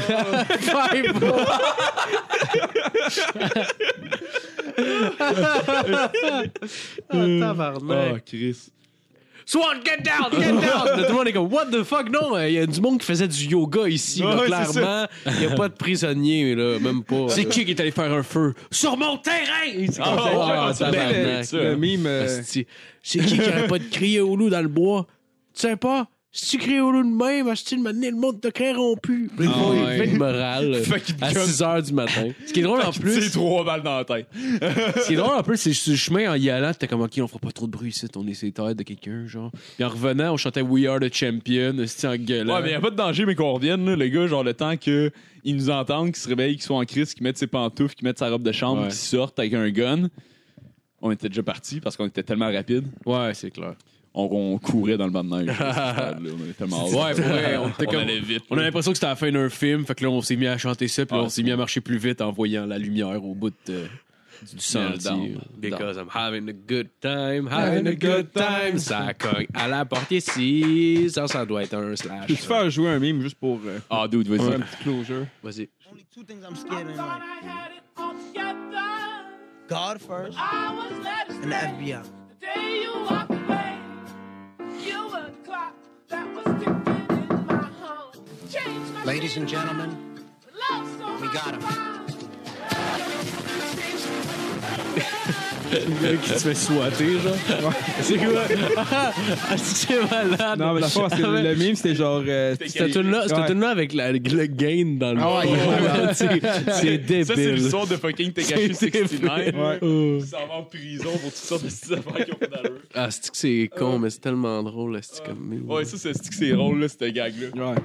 Tabarnak. Chris. Swan, get down! Tout le monde est comme, what the fuck? Non, il y a du monde qui faisait du yoga ici. Là, clairement, il n'y a pas de prisonniers, là, même pas. C'est qui est allé faire un feu? Sur mon terrain! Tabarnak. Le mime... Asti. C'est qui n'arrête pas de crier au loup dans le bois? Tu sais pas? Si tu cries au loup de même, asti, le monde te crée rompu. Il fait une morale à 6 h du matin. Ce qui est drôle en plus... C'est 3 balles dans la tête. Ce qui est drôle un peu, c'est sur le chemin en y allant, t'es comme, OK, on fera pas trop de bruit ici, on essaie de de quelqu'un, genre. Puis en revenant, on chantait We Are the Champion, c'était en gueulant. Ouais, mais y a pas de danger, mais qu'on revienne, là, les gars, genre le temps qu'ils nous entendent, qu'ils se réveillent, qu'ils soient en crise, qu'ils mettent ses pantoufles, qu'ils mettent sa robe de chambre, qu'ils sortent avec un gun. On était déjà partis parce qu'on était tellement rapide. Ouais, c'est clair. On courait dans le banc de neige. On était tellement on allait vite. On a l'impression que c'était la fin d'un film, fait que là, on s'est mis à chanter ça, puis là, on s'est mis à marcher plus vite en voyant la lumière au bout du sentier. Because I'm having a good time, having a good time. Ça cogne à la porte ici. Ça doit être un slash. Peux-tu faire jouer un mime juste pour Dude, vas-y. faire un petit closure? Vas-y. Only two things I'm scared in life. God first and the FBI. Ladies and gentlemen, we got him. Le gars qui se fait swatter, genre. C'est quoi? C'est malade. Non, mais la fois, le mime, c'était genre... Cette tune-là avec le gain dans le c'est débile. Ça, c'est le son de fucking Tekashi 69. Ouais. Il s'en va en prison pour toutes sortes de petites affaires qui ont pas d'allure. Ah, c'est que c'est con, mais c'est tellement drôle, c'est comme mime. Ouais, ça, c'est que c'est drôle, là, cette gag-là. Ouais.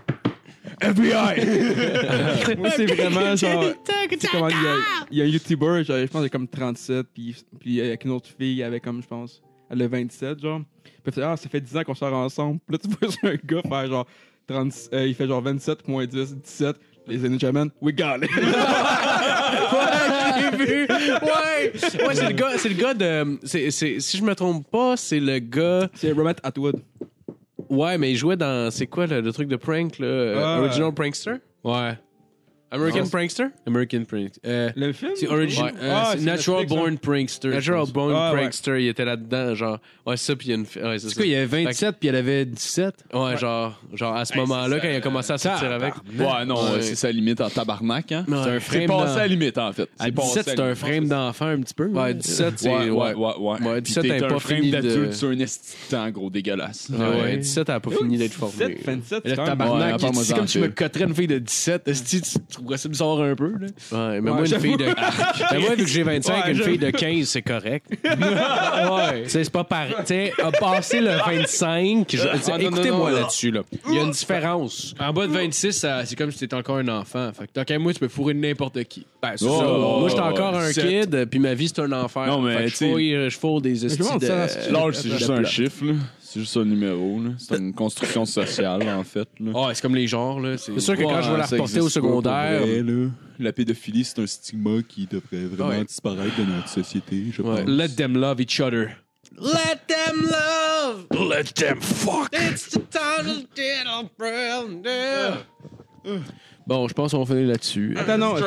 FBI! Moi, c'est vraiment genre... C'est comment il y a un YouTuber, genre, je pense qu'il a comme 37, puis avec une autre fille, avec comme, je pense, elle a 27, genre. Puis ça fait 10 ans qu'on sort ensemble. Puis là, tu vois un gars faire genre 30, il fait genre 27 moins 10, 17. Les Gentlemen, we got it! Ouais, j'ai vu! Ouais, c'est le gars de... si je me trompe pas, c'est le gars... C'est Robert Atwood. Ouais, mais il jouait dans... C'est quoi le truc de prank, là? Original Prankster? Ouais. American Prankster? American Prankster. Le film? C'est Original. c'est Natural Netflix, Born Prankster. Natural Born Ah, ouais. Prankster, il était là-dedans, genre... Ouais, ça, puis il y a une... Ouais, C'est quoi, il y avait 27 puis elle avait 17? Ouais, genre à ce moment-là, quand il a commencé à sortir avec... Ouais, non, c'est sa limite en tabarnak, hein. C'est un C'est frame passé d'enfant. à la limite, en fait. À 17, c'est un frame d'enfant un petit peu. Ouais, 17, c'est... Ouais. Ouais, 17, Puis t'es t'as un pas frame fini d'adulte de... sur un esti de temps, gros, dégueulasse. Ouais, 17, elle a pas fini d'être formée. 27, Le c'est quand même... tabarnak, Ouais, parle-moi c'est en comme tu me fil. cotterais une fille de 17. Est-ce que tu trouverais ça bizarre un peu? Là? Ouais, mais moi, une fille de... Mais moi, vu que j'ai 25, une fille de 15, c'est correct. Ouais. C'est pas pareil. Tu sais, à passer le 25... Écoutez-moi là-dessus, là. Il y a une différence. En bas de 26, c'est comme si t'étais encore un enfant. Fait que tant qu'à moi, tu peux fourrer n'importe qui. Ben, c'est ça. Moi, j'étais encore un 17. kid, puis ma vie, c'est un enfer. Non, mais, Fait que je fourre des estis demande ça, de... L'âge, c'est juste un chiffre, là. C'est juste un numéro, là. C'est une construction sociale, en fait, là. Ouais, c'est comme les genres, là. C'est sûr que quand je vais la ça reporter au existe pas pour secondaire... vrai, là. La pédophilie, c'est un stigma qui devrait vraiment disparaître de notre société, je pense. Let them love each other. Let them love! Let them fuck! It's the time of little brown girl. Bon, je pense qu'on va finir là-dessus. Attends, non,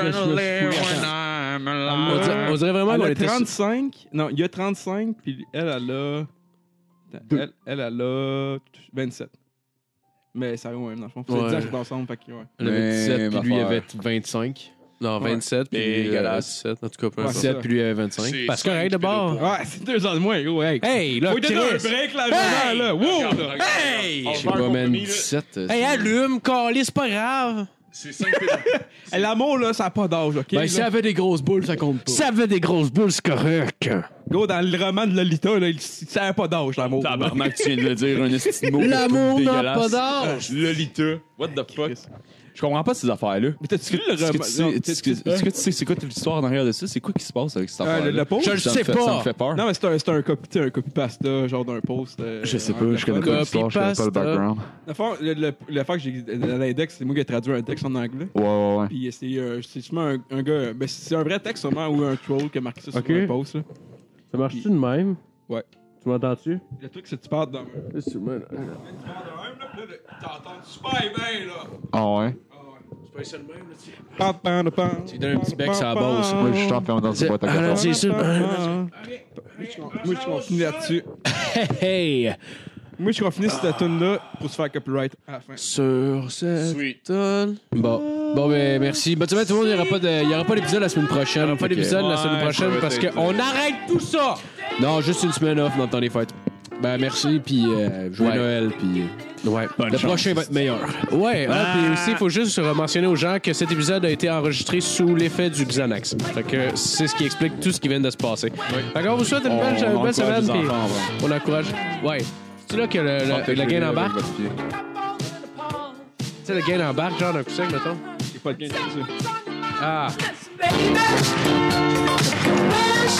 On dirait vraiment elle qu'on a était... 35. Non, il y a 35, puis elle a... Elle a 27. Mais ça arrive même, dans le fond. Ça fait 10 ans qu'ils sont ensemble, fait que, ouais. Elle avait 17, puis lui, il avait 25. Non, 27, puis 17. En tout cas, peu importe. 17, puis lui, il avait 25. Parce que correct, d'abord. Ouais, c'est 2 ans de moins, gros, hey. Hey, là, Faut lui donner un Chris! break, là, vraiment, là. Wow, là. Hey! Je sais pas, man, 17. Hey, allume, calé, c'est pas grave. C'est 5 pédales. L'amour, là, ça n'a pas d'âge, OK? Ben, si elle avait des grosses boules, ça compte pas. Si elle avait des grosses boules, c'est correct. Gros, dans le roman de Lolita, là, ça n'a pas d'âge, l'amour. Tabarnak, tu viens de le dire, un esti mot. L'amour n'a dégueulasse. pas d'âge. Lolita. What the fuck? Je comprends pas ces affaires-là. Mais t'as-tu lu le roman? Est-ce que tu sais c'est quoi toute l'histoire en arrière de ça? C'est quoi qui se passe avec cette affaire? Le post? Je le sais Ça pas. me fait peur. Non, mais c'est un copy-pasta, genre d'un post. Je sais pas, je connais pas. pas l'histoire, je connais pas le background. La fois que j'ai l'index, c'est moi qui ai traduit un texte en anglais. Ouais. Puis c'est sûrement un gars. Ben, c'est un vrai texte, sûrement, ou un troll qui a marqué ça sur un post. Là. Ça marche-tu de même? Ouais. Tu m'entends-tu? Le truc, c'est que tu parles dans. T'entends super bien, là. Ah ouais? C'est pas ça le même, là, tu donnes un petit bec sur la base. Moi, je suis enfermé dans une boîte à carton. C'est ça. Moi, je continue là-dessus. Hey! Moi, je continue cette tune-là pour se faire copyright à la fin. Sur cette tonne. Bon, ben, merci. Bonne semaine, tout le monde. Il n'y aura pas d'épisode la semaine prochaine. Il n'y aura pas d'épisode la semaine prochaine parce qu'on arrête tout ça! Non, juste une semaine off dans le temps des fêtes. Ben, merci, puis joyeux Noël, puis... Ouais. Le prochain va être meilleur. Ouais, puis aussi, il faut juste mentionner aux gens que cet épisode a été enregistré sous l'effet du Xanax. Fait que c'est ce qui explique tout ce qui vient de se passer. Fait qu'on vous souhaite une belle semaine, puis on encourage... Ouais. C'est là que le gain embarque? Tu sais, le gain embarque, genre d'un coup sec, mettons? Il n'y a pas de gain dessus. Ah!